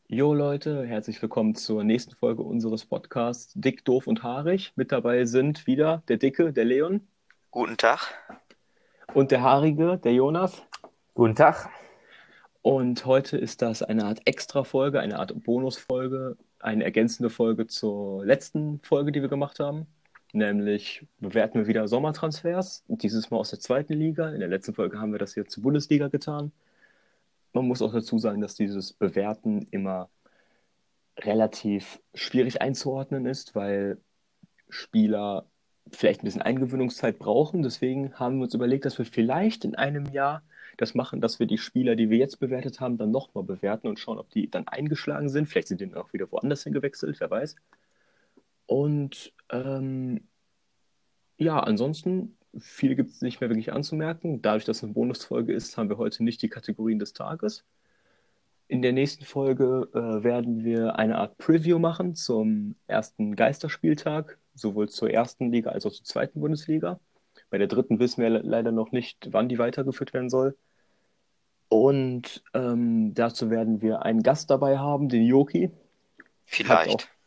Jo Leute, herzlich willkommen zur nächsten Folge unseres Podcasts Dick, Doof und Haarig. Mit dabei sind wieder der Dicke, der Leon, Guten Tag. und der Haarige, der Jonas. Guten Tag. Und heute ist das eine Art Extra-Folge, eine Art Bonusfolge, eine ergänzende Folge zur letzten Folge, die wir gemacht haben. Nämlich bewerten wir wieder Sommertransfers, dieses Mal aus der zweiten Liga. In der letzten Folge haben wir das hier zur Bundesliga getan. Man muss auch dazu sagen, dass dieses Bewerten immer relativ schwierig einzuordnen ist, weil Spieler vielleicht ein bisschen Eingewöhnungszeit brauchen. Deswegen haben wir uns überlegt, dass wir vielleicht in einem Jahr das machen, dass wir die Spieler, die wir jetzt bewertet haben, dann nochmal bewerten und schauen, ob die dann eingeschlagen sind. Vielleicht sind die dann auch wieder woanders hingewechselt, wer weiß. Und ja, ansonsten, viel gibt es nicht mehr wirklich anzumerken. Dadurch, dass es eine Bonusfolge ist, haben wir heute nicht die Kategorien des Tages. In der nächsten Folge werden wir eine Art Preview machen zum ersten Geisterspieltag, sowohl zur ersten Liga als auch zur zweiten Bundesliga. Bei der dritten wissen wir leider noch nicht, wann die weitergeführt werden soll. Und dazu werden wir einen Gast dabei haben, den Joki. Hat auch. Vielleicht.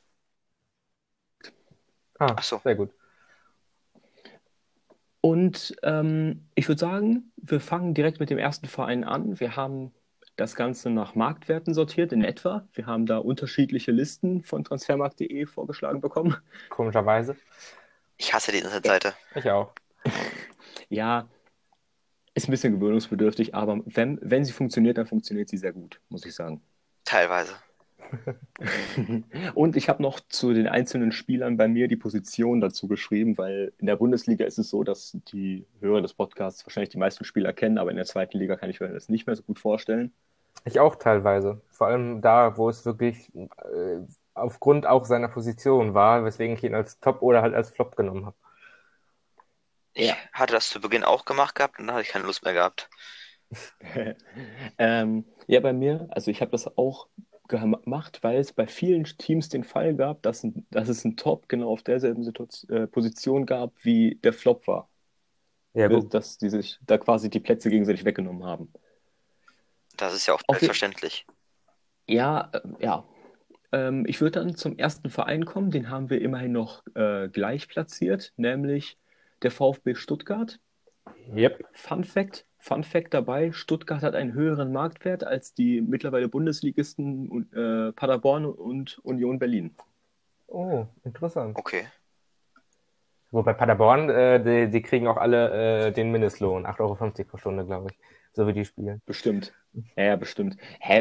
Ach so. Sehr gut. Und ich würde sagen, wir fangen direkt mit dem ersten Verein an. Wir haben das Ganze nach Marktwerten sortiert in etwa. Wir haben da unterschiedliche Listen von transfermarkt.de vorgeschlagen bekommen. Komischerweise. Ich hasse die Internetseite. Ich auch. Ja, ist ein bisschen gewöhnungsbedürftig, aber wenn sie funktioniert, dann funktioniert sie sehr gut, muss ich sagen. Teilweise. Und ich habe noch zu den einzelnen Spielern bei mir die Position dazu geschrieben, weil in der Bundesliga ist es so, dass die Hörer des Podcasts wahrscheinlich die meisten Spieler kennen, aber in der zweiten Liga kann ich mir das nicht mehr so gut vorstellen. Ich auch teilweise. Vor allem da, wo es wirklich aufgrund auch seiner Position war, weswegen ich ihn als Top oder halt als Flop genommen habe. Ich Ja. hatte das zu Beginn auch gemacht gehabt und dann hatte ich keine Lust mehr gehabt. Ja, bei mir, also ich habe das auch gemacht, weil es bei vielen Teams den Fall gab, dass es ein Top genau auf derselben Position gab, wie der Flop war. Ja, gut. Dass die sich da quasi die Plätze gegenseitig weggenommen haben. Das ist ja auch Auf, selbstverständlich. ja, ja. Ich würde dann zum ersten Verein kommen, den haben wir immerhin noch gleich platziert, nämlich der VfB Stuttgart. Yep. Fun Fact dabei, Stuttgart hat einen höheren Marktwert als die mittlerweile Bundesligisten Paderborn und Union Berlin. Oh, interessant. Okay. Wobei Paderborn, die kriegen auch alle den Mindestlohn, 8,50 € pro Stunde, glaube ich. So wie die spielen. Bestimmt. Ja, bestimmt.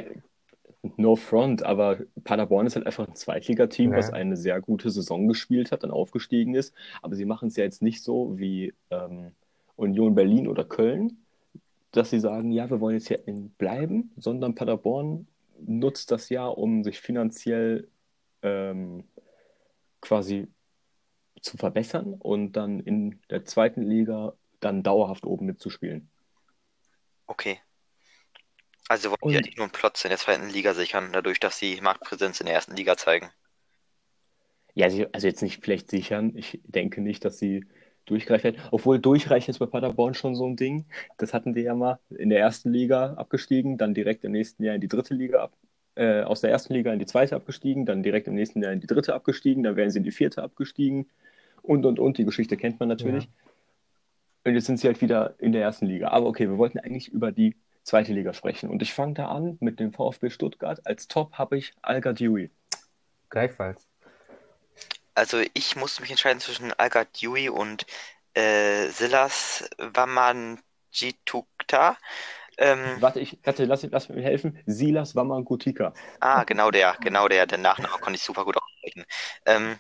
No front, aber Paderborn ist halt einfach ein Zweitligateam, was Ja. eine sehr gute Saison gespielt hat, dann aufgestiegen ist. Aber sie machen es ja jetzt nicht so wie Union Berlin oder Köln, dass sie sagen, ja, wir wollen jetzt hier bleiben, sondern Paderborn nutzt das Jahr, um sich finanziell ähm, quasi zu verbessern und dann in der zweiten Liga dann dauerhaft oben mitzuspielen. Okay. Also wollen die Und eigentlich nur einen Platz in der zweiten Liga sichern, dadurch, dass sie Marktpräsenz in der ersten Liga zeigen. ja, also jetzt nicht vielleicht sichern. Ich denke nicht, dass sie durchgereicht werden. Obwohl durchreichen ist bei Paderborn schon so ein Ding. Das hatten wir ja mal in der ersten Liga abgestiegen, dann direkt im nächsten Jahr in die dritte Liga aus der ersten Liga in die zweite abgestiegen, dann direkt im nächsten Jahr in die dritte abgestiegen, dann wären sie in die vierte abgestiegen und. Die Geschichte kennt man Ja. natürlich. Und jetzt sind sie halt wieder in der ersten Liga. Aber okay, wir wollten eigentlich über die zweite Liga sprechen. Und ich fange da an mit dem VfB Stuttgart. Als Top habe ich Al Gaddioui. Gleichfalls. Also ich musste mich entscheiden zwischen Alga Dewey und Silas Wamangituka. Ähm, Warte, lass mir helfen. Silas Wamangituka. genau der, den Nachnamen konnte ich super gut aussprechen. Ähm,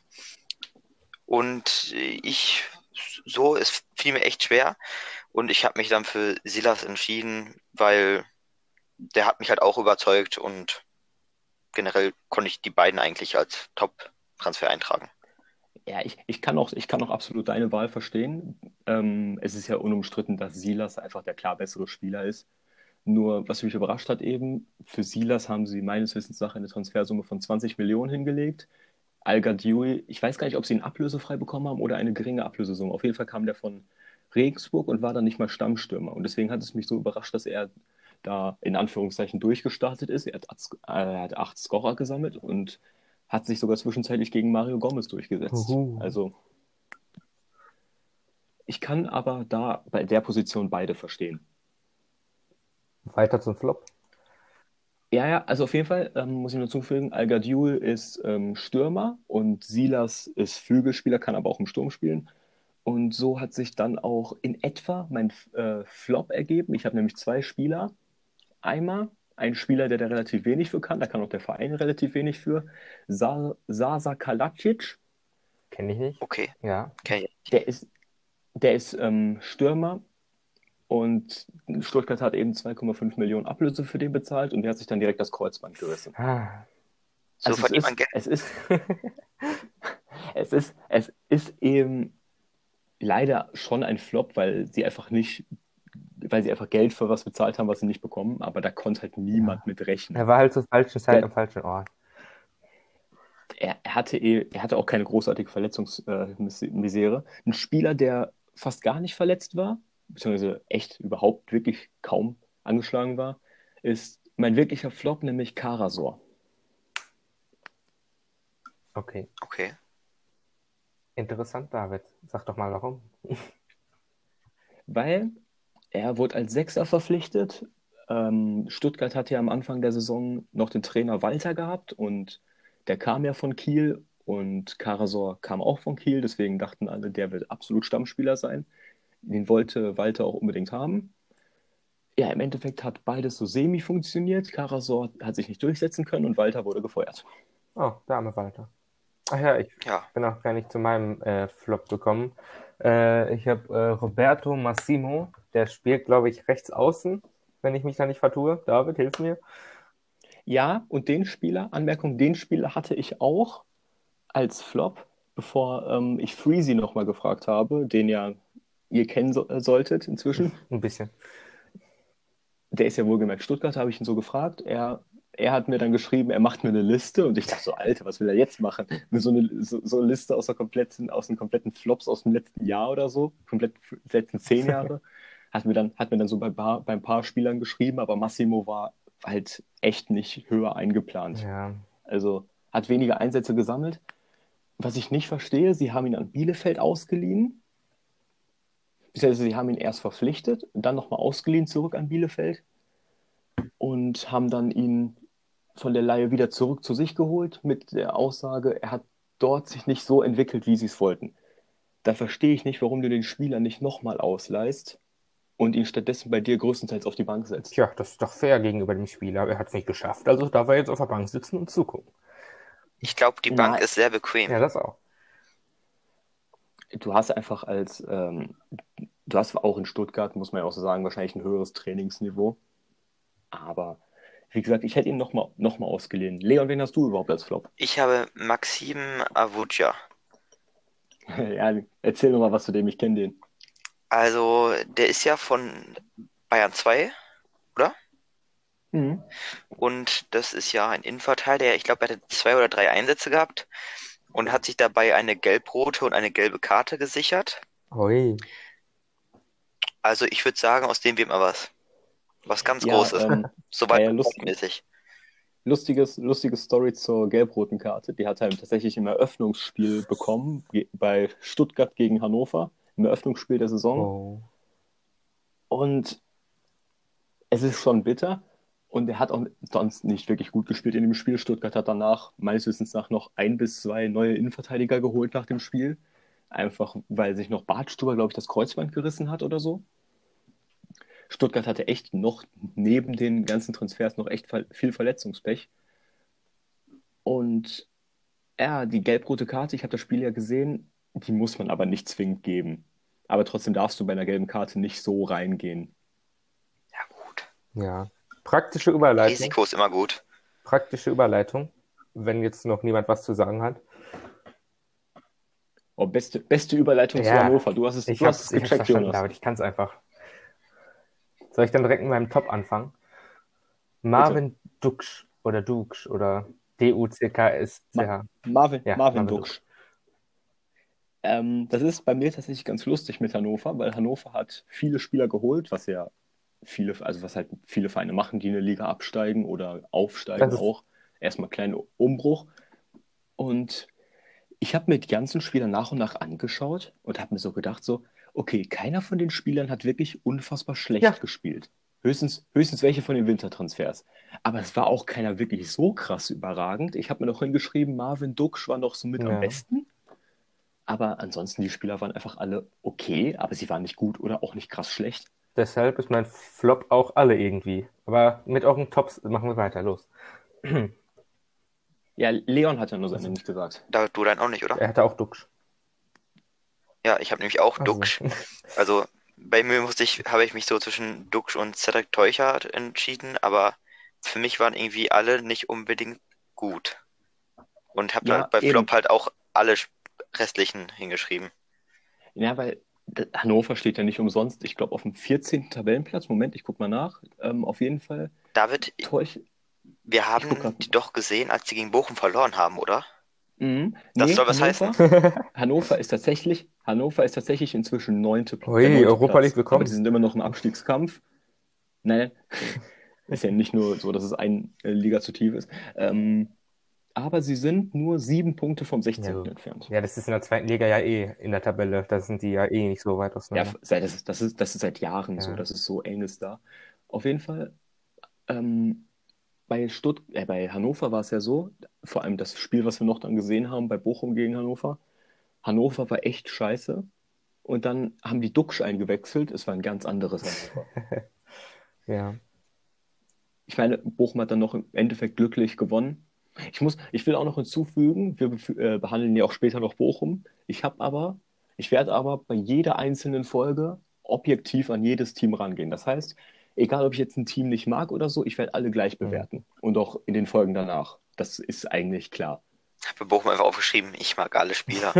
es fiel mir echt schwer und ich habe mich dann für Silas entschieden, weil der hat mich halt auch überzeugt und generell konnte ich die beiden eigentlich als Top-Transfer eintragen. Ja, ich kann auch absolut deine Wahl verstehen. Es ist ja unumstritten, dass Silas einfach der klar bessere Spieler ist. Nur, was mich überrascht hat eben, für Silas haben sie meines Wissens nach eine Transfersumme von 20 Millionen hingelegt. Al Gaddioui, ich weiß gar nicht, ob sie ihn ablösefrei bekommen haben oder eine geringe Ablösesumme. Auf jeden Fall kam der von Regensburg und war dann nicht mal Stammstürmer. Und deswegen hat es mich so überrascht, dass er da in Anführungszeichen durchgestartet ist. Er hat 8 Scorer gesammelt und hat sich sogar zwischenzeitlich gegen Mario Gomez durchgesetzt. Also ich kann aber da bei der Position beide verstehen. Weiter zum Flop. Ja, also auf jeden Fall muss ich nur zufügen, Al Ghadioul ist Stürmer und Silas ist Flügelspieler, kann aber auch im Sturm spielen. Und so hat sich dann auch in etwa mein Flop ergeben. Ich habe nämlich 2 Spieler. Einmal ein Spieler, der da relativ wenig für kann, da kann auch der Verein relativ wenig für. Sasa Kalacic, Kenne ich nicht. Okay, Ja. kenn ich. der ist Stürmer und Stuttgart hat eben 2,5 Millionen Ablöse für den bezahlt und der hat sich dann direkt das Kreuzband gerissen. So Also verdient man Geld. es ist eben leider schon ein Flop, weil sie einfach Geld für was bezahlt haben, was sie nicht bekommen, aber da konnte halt niemand mit rechnen. Er war halt zur falschen Zeit am falschen Ort. Er hatte auch keine großartige Verletzungsmisere. Ein Spieler, der fast gar nicht verletzt war, beziehungsweise echt überhaupt wirklich kaum angeschlagen war, ist mein wirklicher Flop, nämlich Karasor. Okay. Okay. Interessant, David. Sag doch mal warum. Weil er wurde als Sechser verpflichtet. Stuttgart hatte ja am Anfang der Saison noch den Trainer Walter gehabt und der kam ja von Kiel und Karasor kam auch von Kiel, deswegen dachten alle, der wird absolut Stammspieler sein. Den wollte Walter auch unbedingt haben. Ja, im Endeffekt hat beides so semi funktioniert. Karasor hat sich nicht durchsetzen können und Walter wurde gefeuert. Oh, der arme Walter. Ach ja, ich bin auch gar nicht zu meinem Flop gekommen. Ich habe Roberto Massimo, der spielt, glaube ich, rechts außen, wenn ich mich da nicht vertue. David, hilf mir. Ja, und den Spieler hatte ich auch als Flop, bevor ich Freezy nochmal gefragt habe, den ja ihr kennen solltet inzwischen. Ein bisschen. Der ist ja wohlgemerkt Stuttgart, habe ich ihn so gefragt. Er hat mir dann geschrieben, er macht mir eine Liste und ich dachte so, Alter, was will er jetzt machen? So eine Liste aus den kompletten Flops aus dem letzten Jahr oder so, komplett die letzten 10 Jahre. Hat mir dann so bei ein paar Spielern geschrieben, aber Massimo war halt echt nicht höher eingeplant. Ja. Also hat weniger Einsätze gesammelt. Was ich nicht verstehe, sie haben ihn an Bielefeld ausgeliehen. Beziehungsweise sie haben ihn erst verpflichtet, dann nochmal ausgeliehen zurück an Bielefeld und haben dann ihn von der Leihe wieder zurück zu sich geholt mit der Aussage, er hat dort sich nicht so entwickelt, wie sie es wollten. Da verstehe ich nicht, warum du den Spieler nicht nochmal ausleihst und ihn stattdessen bei dir größtenteils auf die Bank setzt. Tja, das ist doch fair gegenüber dem Spieler. Er hat es nicht geschafft, also darf er jetzt auf der Bank sitzen und zugucken. Ich glaube, die Bank ist sehr bequem. Ja, das auch. Du hast einfach du hast auch in Stuttgart, muss man ja auch so sagen, wahrscheinlich ein höheres Trainingsniveau. Aber wie gesagt, ich hätte ihn noch mal ausgeliehen. Leon, wen hast du überhaupt als Flop? Ich habe Maxim Avuja. Ja, erzähl noch mal was zu dem, ich kenne den. Also, der ist ja von Bayern 2, oder? Mhm. Und das ist ja ein Innenverteidiger. Ich glaube, er hatte 2 oder 3 Einsätze gehabt und hat sich dabei eine gelb-rote und eine gelbe Karte gesichert. Ui. Also, ich würde sagen, aus dem wird mal was. Was ganz Ja, Großes. Soweit ja, mäßig. lustige Story zur gelb-roten Karte. Die hat er tatsächlich im Eröffnungsspiel bekommen, bei Stuttgart gegen Hannover, im Eröffnungsspiel der Saison. Oh. Und es ist schon bitter. Und er hat auch sonst nicht wirklich gut gespielt in dem Spiel. Stuttgart hat danach, meines Wissens nach, noch 1 bis 2 neue Innenverteidiger geholt nach dem Spiel. Einfach, weil sich noch Bartstuber, glaube ich, das Kreuzband gerissen hat oder so. Stuttgart hatte echt noch neben den ganzen Transfers noch echt viel Verletzungspech. Und ja, die gelb-rote Karte, ich habe das Spiel ja gesehen, die muss man aber nicht zwingend geben. Aber trotzdem darfst du bei einer gelben Karte nicht so reingehen. Ja, gut. Ja. Praktische Überleitung. Risiko ist immer gut. Praktische Überleitung, wenn jetzt noch niemand was zu sagen hat. Oh, beste Überleitung zu Hannover. Du hast es gecheckt, verstanden, Jonas. David. Ich kann es einfach. Soll ich dann direkt mit meinem Top anfangen? Marvin Duksch oder D-U-C-K-S-C-H. Marvin Duksch. Das ist bei mir tatsächlich ganz lustig mit Hannover, weil Hannover hat viele Spieler geholt, was ja viele Vereine machen, die eine Liga absteigen oder aufsteigen auch. Erstmal kleinen Umbruch. Und ich habe mir die ganzen Spieler nach und nach angeschaut und habe mir so gedacht, so, okay, keiner von den Spielern hat wirklich unfassbar schlecht gespielt. Höchstens welche von den Wintertransfers. Aber es war auch keiner wirklich so krass überragend. Ich habe mir noch hingeschrieben, Marvin Duksch war noch so mit am besten. Aber ansonsten, die Spieler waren einfach alle okay, aber sie waren nicht gut oder auch nicht krass schlecht. Deshalb ist mein Flop auch alle irgendwie. Aber mit euren Tops machen wir weiter, los. Ja, Leon hat ja nur seine nicht gesagt. Du dann auch nicht, oder? Er hatte auch Duksch. Ja, ich habe nämlich auch Duksch. Also bei mir habe ich mich so zwischen Duksch und Cedric Teuchert entschieden, aber für mich waren irgendwie alle nicht unbedingt gut. Und habe dann bei Flop halt auch alle restlichen hingeschrieben. Ja, weil Hannover steht ja nicht umsonst, ich glaube, auf dem 14. Tabellenplatz. Moment, ich guck mal nach. Auf jeden Fall. David, wir haben die doch gesehen, als sie gegen Bochum verloren haben, oder? Das soll was heißen. Hannover ist tatsächlich inzwischen 9. Europa League bekommen. Aber die sind immer noch im Abstiegskampf. Nein, ist ja nicht nur so, dass es eine Liga zu tief ist. Aber sie sind nur 7 Punkte vom 16. entfernt. Ja, das ist in der 2. Liga ja in der Tabelle. Da sind die ja nicht so weit auseinander. Ja, das ist seit Jahren so. Das ist so eng ist da. Auf jeden Fall, bei Hannover war es ja so, vor allem das Spiel, was wir noch dann gesehen haben, bei Bochum gegen Hannover. Hannover war echt scheiße. Und dann haben die Duksch eingewechselt. Es war ein ganz anderes Hannover. Ja. Ich meine, Bochum hat dann noch im Endeffekt glücklich gewonnen. Ich will auch noch hinzufügen, wir behandeln ja auch später noch Bochum. Ich werde aber bei jeder einzelnen Folge objektiv an jedes Team rangehen. Das heißt, egal ob ich jetzt ein Team nicht mag oder so, ich werde alle gleich bewerten. Und auch in den Folgen danach. Das ist eigentlich klar. Ich habe bei Bochum einfach aufgeschrieben, ich mag alle Spieler.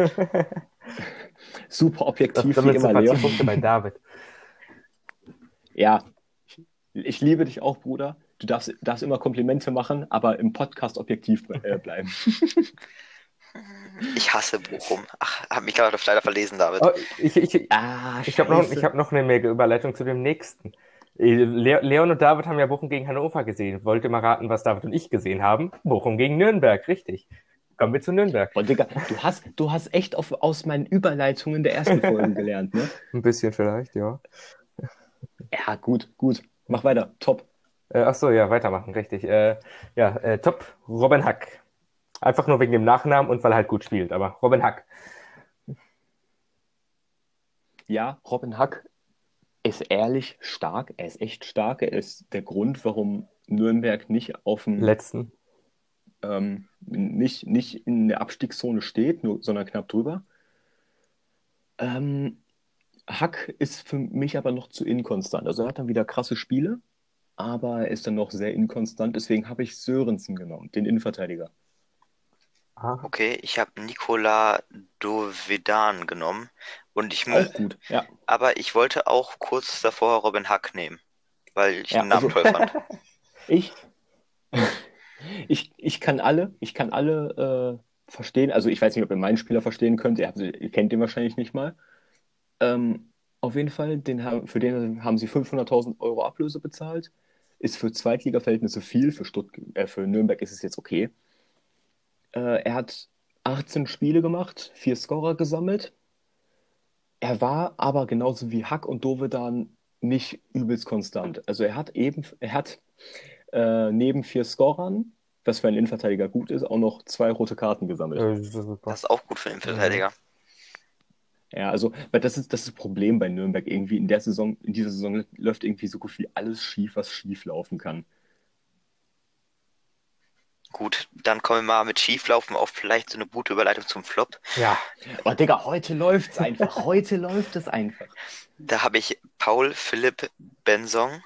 Super objektiv wie immer, Leon. Punkte bei David. Ja, ich liebe dich auch, Bruder. Du darfst immer Komplimente machen, aber im Podcast objektiv bleiben. Ich hasse Bochum. Ach, habe mich gerade leider verlesen, David. Oh, ich habe noch eine mega Überleitung zu dem nächsten. Leon und David haben ja Bochum gegen Hannover gesehen. Wollt ihr mal raten, was David und ich gesehen haben? Bochum gegen Nürnberg, richtig. Kommen wir zu Nürnberg. Oh, Digga, du hast echt aus meinen Überleitungen der ersten Folgen gelernt, ne? Ein bisschen vielleicht, ja. Ja, gut. Mach weiter. Top. Achso, ja, weitermachen, richtig. Top, Robin Hack. Einfach nur wegen dem Nachnamen und weil er halt gut spielt, aber Robin Hack. Ja, Robin Hack ist ehrlich stark. Er ist echt stark. Er ist der Grund, warum Nürnberg nicht auf dem letzten nicht in der Abstiegszone steht, sondern knapp drüber. Hack ist für mich aber noch zu inkonstant. Also er hat dann wieder krasse Spiele, aber er ist dann noch sehr inkonstant. Deswegen habe ich Sörensen genommen, den Innenverteidiger. Okay, ich habe Nicolas Dovedan genommen. Und auch gut, ja. Aber ich wollte auch kurz davor Robin Hack nehmen, weil ich den Namen toll fand. Ich kann alle verstehen. Also ich weiß nicht, ob ihr meinen Spieler verstehen könnt. Ihr kennt den wahrscheinlich nicht mal. Auf jeden Fall, für den haben sie 500.000 Euro Ablöse bezahlt. Ist für Zweitliga-Verhältnisse viel. Für Nürnberg ist es jetzt okay. Er hat 18 Spiele gemacht, 4 Scorer gesammelt. Er war aber genauso wie Hack und Dovedan nicht übelst konstant. Also er hat neben 4 Scorern, was für einen Innenverteidiger gut ist, auch noch 2 rote Karten gesammelt. Das ist auch gut für einen Innenverteidiger. Ja, also, weil das ist das Problem bei Nürnberg irgendwie. In dieser Saison läuft irgendwie so gut wie alles schief, was schief laufen kann. Gut, dann kommen wir mal mit Schieflaufen auf vielleicht so eine gute Überleitung zum Flop. Ja. Oh, Digga, heute läuft's einfach. Heute läuft es einfach. Da habe ich Paul Philipp Bensong.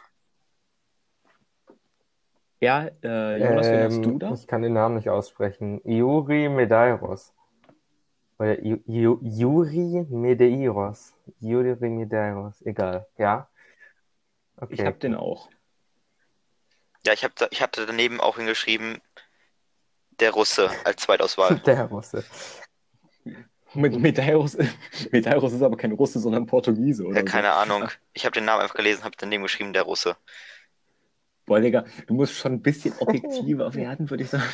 Ja, Jonas, wen hast du da? Ich kann den Namen nicht aussprechen. Iuri Medeiros. Oder Juri Medeiros. Juri Medeiros. Egal. Ja? Okay. Ich habe den auch. Ja, ich hatte daneben auch hingeschrieben, der Russe als Zweitauswahl. Der Russe. Medeiros, Medeiros ist aber kein Russe, sondern Portugiese oder so. Keine Ahnung. Ich habe den Namen einfach gelesen, habe daneben geschrieben, der Russe. Boah, Digga, du musst schon ein bisschen objektiver werden, würde ich sagen.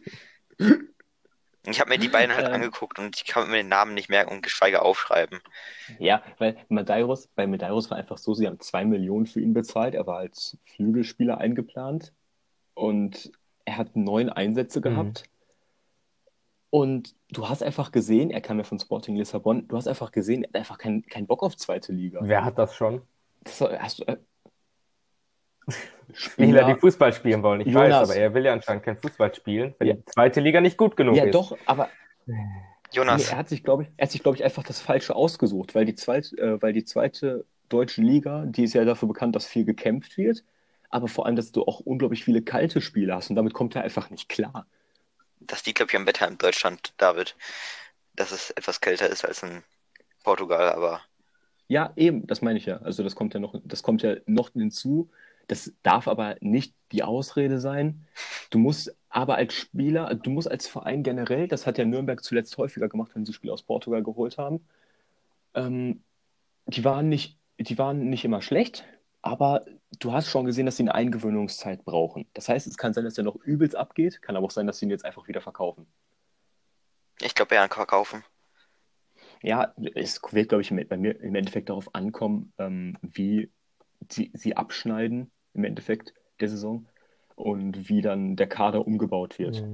Ich habe mir die beiden halt angeguckt und ich kann mir den Namen nicht merken und geschweige aufschreiben. Ja, weil bei Medeiros war einfach so, sie haben 2 Millionen für ihn bezahlt. Er war als Flügelspieler eingeplant und er hat 9 Einsätze gehabt. Und du hast einfach gesehen, er kam ja von Sporting Lissabon, du hast einfach gesehen, er hat einfach keinen Bock auf zweite Liga. Wer hat das schon? Hast du, Spieler, die Fußball spielen wollen. Ich Jonas. weiß, aber er will ja anscheinend kein Fußball spielen, wenn die zweite Liga nicht gut genug ist. Ja, doch, aber Jonas. Er hat sich, glaube ich, einfach das Falsche ausgesucht, weil die zweite deutsche Liga, die ist ja dafür bekannt, dass viel gekämpft wird, aber vor allem, dass du auch unglaublich viele kalte Spiele hast und damit kommt er einfach nicht klar. Das liegt, glaube ich, am Wetter in Deutschland, David, dass es etwas kälter ist als in Portugal, aber... Ja, eben, das meine ich ja. Also das kommt ja noch hinzu. Das darf aber nicht die Ausrede sein. Du musst aber als Spieler, du musst als Verein generell, das hat ja Nürnberg zuletzt häufiger gemacht, wenn sie Spieler aus Portugal geholt haben, die waren nicht immer schlecht, aber du hast schon gesehen, dass sie eine Eingewöhnungszeit brauchen. Das heißt, es kann sein, dass der noch übelst abgeht, kann aber auch sein, dass sie ihn jetzt einfach wieder verkaufen. Ich glaube, eher verkaufen. Ja, es wird, glaube ich, bei mir im Endeffekt darauf ankommen, wie sie abschneiden im Endeffekt der Saison und wie dann der Kader umgebaut wird.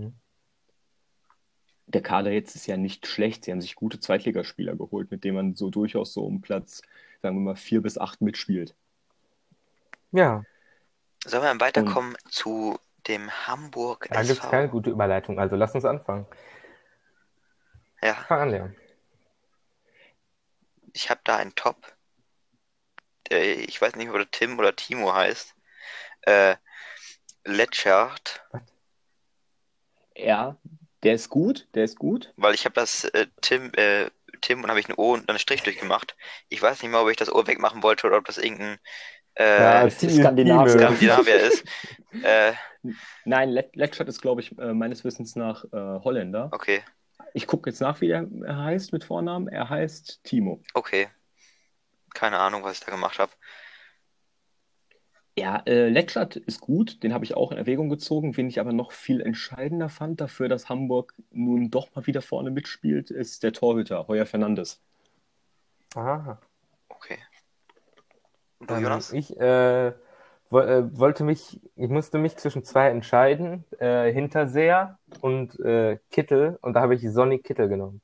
Der Kader jetzt ist ja nicht schlecht. Sie haben sich gute Zweitligaspieler geholt, mit denen man so durchaus so um Platz, sagen wir mal, 4 bis 8 mitspielt. Ja. Sollen wir dann weiterkommen zu dem Hamburg SV? Da gibt es keine gute Überleitung, also lass uns anfangen. Ja. Fang an, Leon. Ich habe da einen Top. Ich weiß nicht, ob er Tim oder Timo heißt. Letschert. Ja, der ist gut. Weil ich habe das Tim und habe ich ein O und dann einen Strich durchgemacht. Ich weiß nicht mal, ob ich das O wegmachen wollte oder ob das irgendein Skandinavier ist. Nein, Letschert ist, glaube ich, meines Wissens nach Holländer. Okay. Ich gucke jetzt nach, wie er heißt mit Vornamen. Er heißt Timo. Okay. Keine Ahnung, was ich da gemacht habe. Ja, Letschert ist gut, den habe ich auch in Erwägung gezogen. Wen ich aber noch viel entscheidender fand dafür, dass Hamburg nun doch mal wieder vorne mitspielt, ist der Torhüter, Heuer Fernandes. Aha. Okay. Und du, Jonas? Ich musste mich zwischen 2 entscheiden, Hinterseher und Kittel, und da habe ich Sonny Kittel genommen.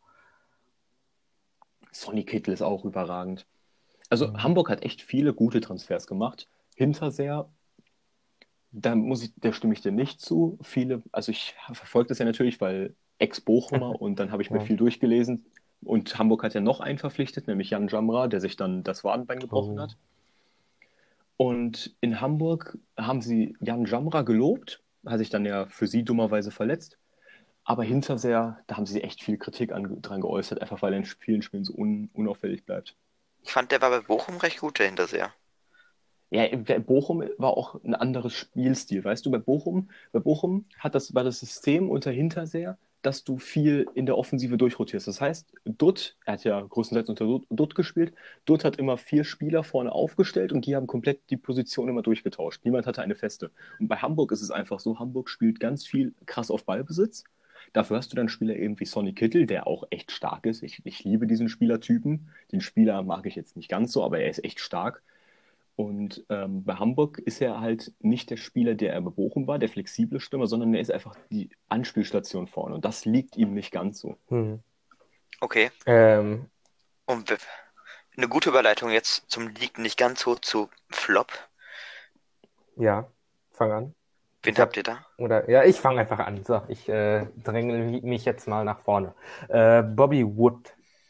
Sonny Kittel ist auch überragend. Also Hamburg hat echt viele gute Transfers gemacht. Hinterseher, da stimme ich dir nicht zu. Also ich verfolge das ja natürlich, weil Ex-Bochumer und dann habe ich mir viel durchgelesen. Und Hamburg hat ja noch einen verpflichtet, nämlich Jan Jamra, der sich dann das Wadenbein gebrochen hat. Und in Hamburg haben sie Jan Jamra gelobt, hat sich dann ja für sie dummerweise verletzt. Aber Hinterseher, da haben sie echt viel Kritik dran geäußert, einfach weil er in vielen Spielen so unauffällig bleibt. Ich fand, der war bei Bochum recht gut, der Hinterseher. Ja, Bochum war auch ein anderes Spielstil, weißt du, bei Bochum war das System unter Hinterseher, dass du viel in der Offensive durchrotierst. Das heißt, Dutt, er hat ja größtenteils unter Dutt gespielt, Dutt hat immer 4 Spieler vorne aufgestellt und die haben komplett die Position immer durchgetauscht. Niemand hatte eine feste. Und bei Hamburg ist es einfach so, Hamburg spielt ganz viel krass auf Ballbesitz. Dafür hast du dann Spieler eben wie Sonny Kittel, der auch echt stark ist. Ich liebe diesen Spielertypen. Den Spieler mag ich jetzt nicht ganz so, aber er ist echt stark. Und bei Hamburg ist er halt nicht der Spieler, der er bei Bochum war, der flexible Stürmer, sondern er ist einfach die Anspielstation vorne. Und das liegt ihm nicht ganz so. Okay. Und eine gute Überleitung jetzt zum liegt nicht ganz so zu Flop. Ja, fang an. Wen habt ihr da? Ich fange einfach an. So, ich dränge mich jetzt mal nach vorne. Bobby Wood.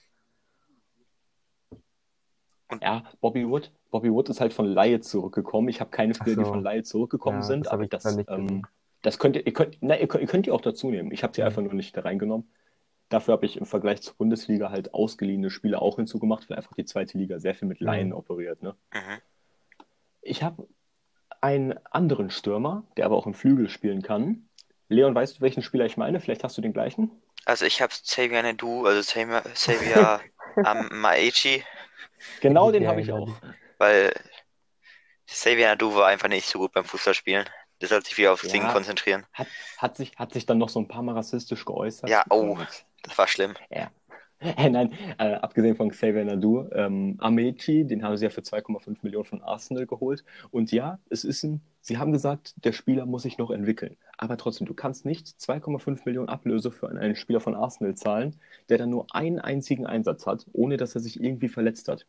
Ja, Bobby Wood ist halt von Leihe zurückgekommen. Ich habe keine Spieler, die von Leihe zurückgekommen sind, aber das könnt ihr auch dazu nehmen. Ich habe sie einfach nur nicht da reingenommen. Dafür habe ich im Vergleich zur Bundesliga halt ausgeliehene Spieler auch hinzugemacht, weil einfach die zweite Liga sehr viel mit Leihen operiert. Ne? Ich habe einen anderen Stürmer, der aber auch im Flügel spielen kann. Leon, weißt du, welchen Spieler ich meine? Vielleicht hast du den gleichen? Also ich habe Xavier Naidoo, also Xavier Maechi. Genau, den habe ich auch. Weil Xavier Naidoo war einfach nicht so gut beim Fußballspielen. Der sollte sich wieder aufs Singen konzentrieren. Hat sich dann noch so ein paar Mal rassistisch geäußert. Ja, das war schlimm. Ja. Nein, abgesehen von Xavier Naidoo, Amechi, den haben sie ja für 2,5 Millionen von Arsenal geholt. Und ja, sie haben gesagt, der Spieler muss sich noch entwickeln. Aber trotzdem, du kannst nicht 2,5 Millionen Ablöse für einen Spieler von Arsenal zahlen, der dann nur einen einzigen Einsatz hat, ohne dass er sich irgendwie verletzt hat.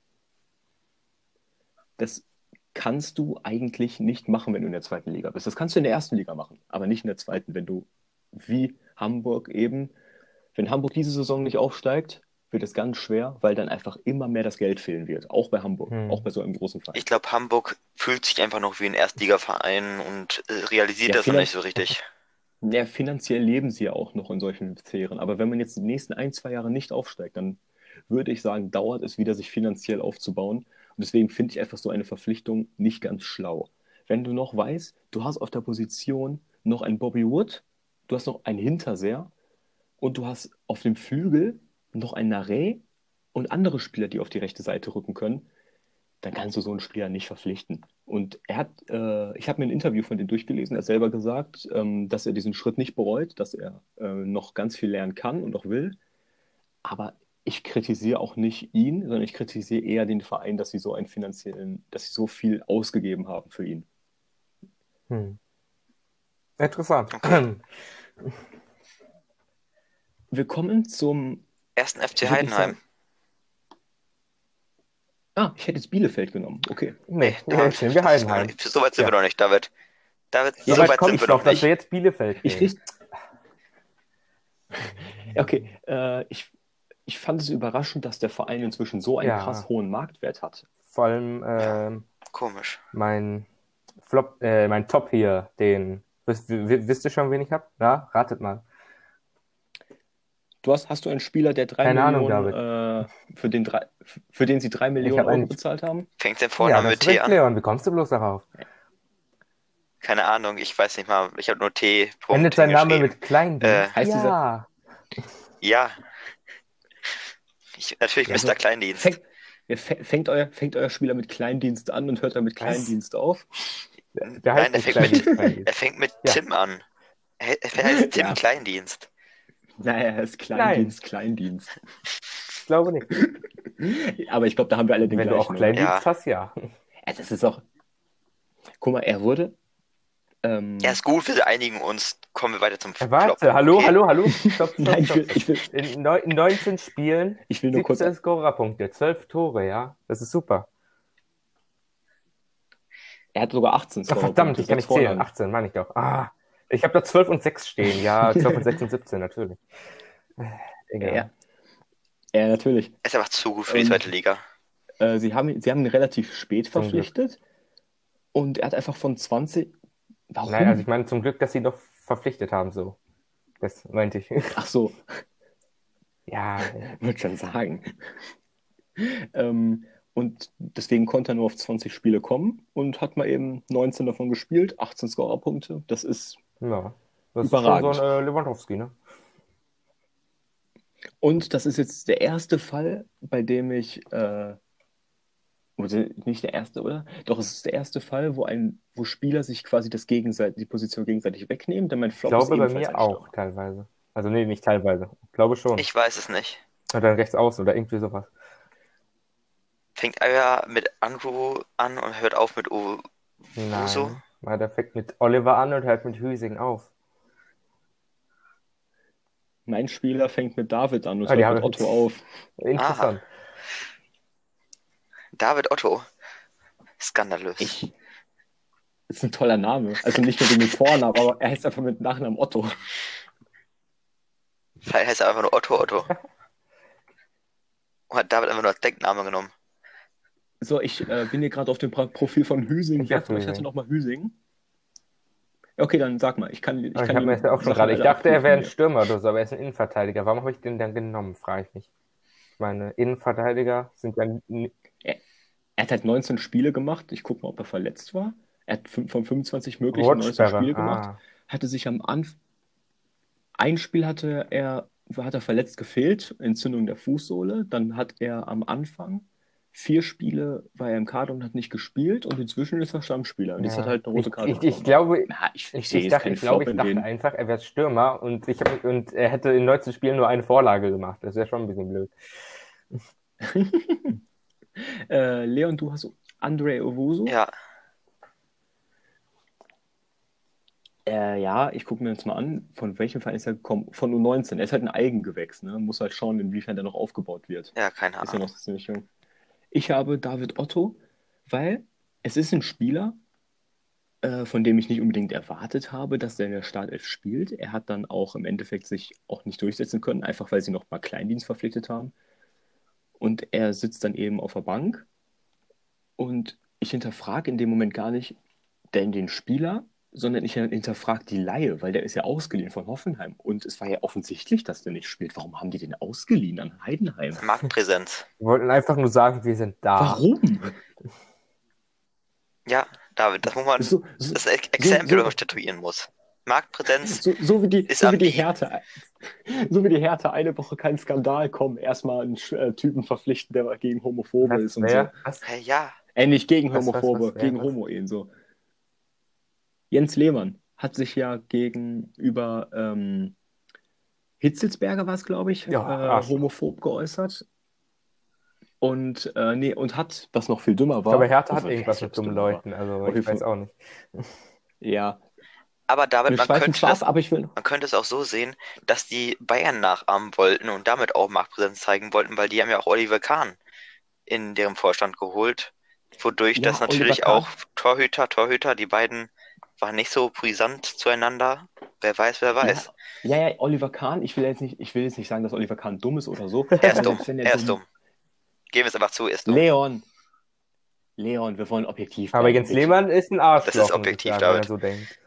Das kannst du eigentlich nicht machen, wenn du in der zweiten Liga bist. Das kannst du in der ersten Liga machen, aber nicht in der zweiten, wenn du wie Hamburg eben, wenn Hamburg diese Saison nicht aufsteigt, wird es ganz schwer, weil dann einfach immer mehr das Geld fehlen wird. Auch bei Hamburg, auch bei so einem großen Verein. Ich glaube, Hamburg fühlt sich einfach noch wie ein Erstligaverein und realisiert das noch nicht so richtig. Ja, finanziell leben sie ja auch noch in solchen Sphären. Aber wenn man jetzt die nächsten 1, 2 Jahre nicht aufsteigt, dann würde ich sagen, dauert es wieder, sich finanziell aufzubauen. Und deswegen finde ich einfach so eine Verpflichtung nicht ganz schlau. Wenn du noch weißt, du hast auf der Position noch einen Bobby Wood, du hast noch einen Hinterseher und du hast auf dem Flügel noch einen Narey und andere Spieler, die auf die rechte Seite rücken können, dann kannst du so einen Spieler nicht verpflichten. Und ich habe mir ein Interview von dem durchgelesen, er hat selber gesagt, dass er diesen Schritt nicht bereut, dass er noch ganz viel lernen kann und auch will. Aber ich kritisiere auch nicht ihn, sondern ich kritisiere eher den Verein, dass sie dass sie so viel ausgegeben haben für ihn. Interessant. Okay. Wir kommen zum 1. FC Heidenheim. Ich hätte jetzt Bielefeld genommen. Okay. Nee, jetzt nehmen wir Heidenheim. So weit sind wir noch nicht, David. So weit komme ich noch, dass wir jetzt Bielefeld nehmen. Okay, ich fand es überraschend, dass der Verein inzwischen so einen krass hohen Marktwert hat. Vor allem komisch. Mein Top hier, wisst ihr schon, wen ich habe? Ja, ratet mal. Hast du einen Spieler, der 3 Millionen, für den sie 3 Millionen Euro bezahlt haben? Fängt der Vorname mit T an? Leon, wie kommst du bloß darauf? Keine Ahnung, ich weiß nicht mal. Ich habe nur T. Endet sein Name mit Kleindienst? Heißt Ja. Natürlich Mr. Kleindienst. Fängt euer Spieler mit Kleindienst an und hört er mit Kleindienst auf? Nein, er fängt mit Tim an. Er heißt Tim Kleindienst. Naja, er ist Kleindienst. Ich glaube nicht. Aber ich glaube, da haben wir alle den gleichen. Wenn du auch Kleindienst hast, ja. Das ist auch... Guck mal, er wurde... Er ist gut, wir einigen uns. Kommen wir weiter zum Warte, hallo. Stopp. Nein, ich will... In 19 Spielen, ich will nur 17 Scorerpunkte, 12 Tore, ja. Das ist super. Er hat sogar 18 Scorerpunkte. Verdammt, ich kann nicht zählen. 18, meine ich doch. Ich habe da 12 und 6 stehen. Ja, 12 und 6 und 17, natürlich. Egal. Ja, natürlich. Er ist einfach zu gut für die zweite Liga. Sie haben ihn relativ spät verpflichtet. Und er hat einfach von 20... Warum? Nein, also ich meine zum Glück, dass sie noch verpflichtet haben, so. Das meinte ich. Ach so. Ja. Würde schon sagen. Und deswegen konnte er nur auf 20 Spiele kommen und hat mal eben 19 davon gespielt, 18 Scorerpunkte. Das ist überragend. Ist schon so ein Lewandowski, ne? Und das ist jetzt der erste Fall, bei dem ich, nicht der erste, oder? Doch, es ist der erste Fall, wo Spieler sich quasi die Position gegenseitig wegnehmen, denn mein Flop ist ebenfalls bei mir auch teilweise. Also nee, nicht teilweise. Ich glaube schon. Ich weiß es nicht. Oder rechts außen oder irgendwie sowas. Fängt er mit Andrew an und hört auf mit Uso? Nein, weil der fängt mit Oliver an und hört mit Hüsing auf. Mein Spieler fängt mit David an und hört mit Otto auf. Interessant. David Otto. Skandalös. Ist ein toller Name. Also nicht nur mit Vornamen, aber er heißt einfach mit Nachnamen Otto. Vielleicht heißt er einfach nur Otto. Und hat David einfach nur als Deckname genommen. So, ich bin hier gerade auf dem Profil von Hüsing. Wer von euch hatte nochmal Hüsing? Okay, dann sag mal. Ich habe mir das auch schon gerade. Ich dachte, er wäre ein Stürmer oder so, aber er ist ein Innenverteidiger. Warum habe ich den dann genommen, frage ich mich. Ich meine, Innenverteidiger sind dann... Er hat halt 19 Spiele gemacht. Ich gucke mal, ob er verletzt war. Er hat von 25 möglichen 19 Spiele gemacht. Hatte sich am Ein Spiel hat er verletzt gefehlt, Entzündung der Fußsohle. Dann hat er am Anfang 4 Spiele war er im Kader und hat nicht gespielt und inzwischen ist er Stammspieler und jetzt hat er halt eine rote Karte Ich glaube, ich sehe jetzt keinen Flop in dachte denen. einfach, er wäre Stürmer und er hätte in 19 Spielen nur eine Vorlage gemacht. Das wäre schon ein bisschen blöd. Leon, du hast Andre Owusu? Ja. Ja, ich gucke mir jetzt mal an, von welchem Verein ist er gekommen? Von U19. Er ist halt ein Eigengewächs, ne? Muss halt schauen, inwiefern der noch aufgebaut wird. Ja, keine Ahnung. Ist ja noch ziemlich jung. Ich habe David Otto, weil es ist ein Spieler, von dem ich nicht unbedingt erwartet habe, dass der in der Startelf spielt. Er hat dann auch im Endeffekt sich auch nicht durchsetzen können, einfach weil sie noch mal Kleindienst verpflichtet haben. Und er sitzt dann eben auf der Bank. Und ich hinterfrage in dem Moment gar nicht den Spieler, sondern ich hinterfrage die Leihe, weil der ist ja ausgeliehen von Hoffenheim. Und es war ja offensichtlich, dass der nicht spielt. Warum haben die den ausgeliehen an Heidenheim? Marktpräsenz. Wir wollten einfach nur sagen, wir sind da. Warum? Ja, David, das muss man, das Exempel statuieren muss. Marktpräsenz so wie die Hertha. So wie die Hertha eine Woche kein Skandal kommen, erstmal einen Typen verpflichten, der gegen Homophobe ist und so. Ja. Nicht gegen Homophobe, gegen Homo-Ehen so. Jens Lehmann hat sich ja gegenüber Hitzelsberger war es, glaube ich, homophob geäußert. Und hat, was noch viel dümmer war. Aber Hertha hat irgendwas mit dummen Leuten, also ich weiß auch nicht. Ja. Aber David, man könnte es auch so sehen, dass die Bayern nachahmen wollten und damit auch Marktpräsenz zeigen wollten, weil die haben ja auch Oliver Kahn in deren Vorstand geholt, wodurch das natürlich auch Torhüter, die beiden waren nicht so brisant zueinander. Wer weiß. Ja, Oliver Kahn, ich will jetzt nicht sagen, dass Oliver Kahn dumm ist oder so. Er ist dumm. Geben wir es einfach zu, er ist dumm. Leon, wir wollen objektiv bleiben. Aber Jens Lehmann ist ein Arschloch. Das ist objektiv, David. Wenn er so denkt.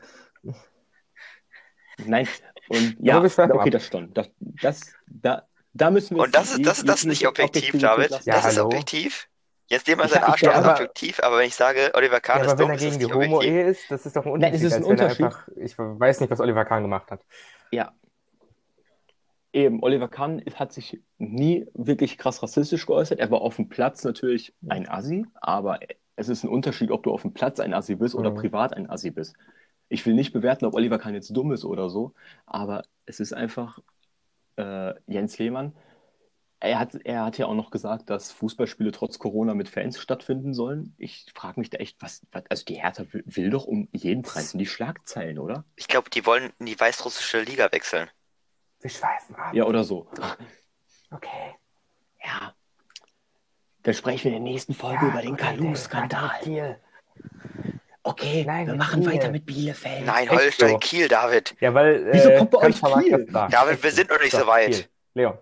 Nein, und ja, okay, das stimmt. Da müssen wir. Und das ist nicht objektiv, David. Das ist objektiv. Jetzt nehmen wir sein Arschloch als objektiv, aber wenn ich sage, Oliver Kahn ist dumm, ist es nicht objektiv. Aber wenn er gegen die Homo-Ehe ist, das ist doch ein Unterschied. Nein, es ist ein Unterschied. Ich weiß nicht, was Oliver Kahn gemacht hat. Ja. Eben, Oliver Kahn hat sich nie wirklich krass rassistisch geäußert. Er war auf dem Platz natürlich ein Assi, aber es ist ein Unterschied, ob du auf dem Platz ein Assi bist oder privat ein Assi bist. Ich will nicht bewerten, ob Oliver Kahn jetzt dumm ist oder so, aber es ist einfach Jens Lehmann. Er hat ja auch noch gesagt, dass Fußballspiele trotz Corona mit Fans stattfinden sollen. Ich frage mich da echt, also die Hertha will doch um jeden Preis in die Schlagzeilen, oder? Ich glaube, die wollen in die weißrussische Liga wechseln. Wir schweifen ab. Ja, oder so. Okay. Ja. Dann sprechen wir in der nächsten Folge über den Kalou-Skandal. Okay, wir machen weiter mit Bielefeld. Nein, Holstein, Kiel, David. Ja, weil, wieso kommt bei euch Kiel? David, wir sind noch nicht so weit. Kiel. Leon.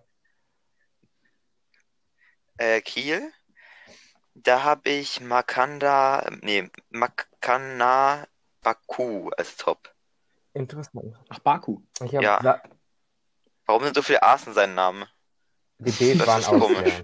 Kiel. Da habe ich Makana Baku als Top. Interessant. Ach, Baku. Ja. Warum sind so viele A's in seinem Namen? Die B's waren auch komisch.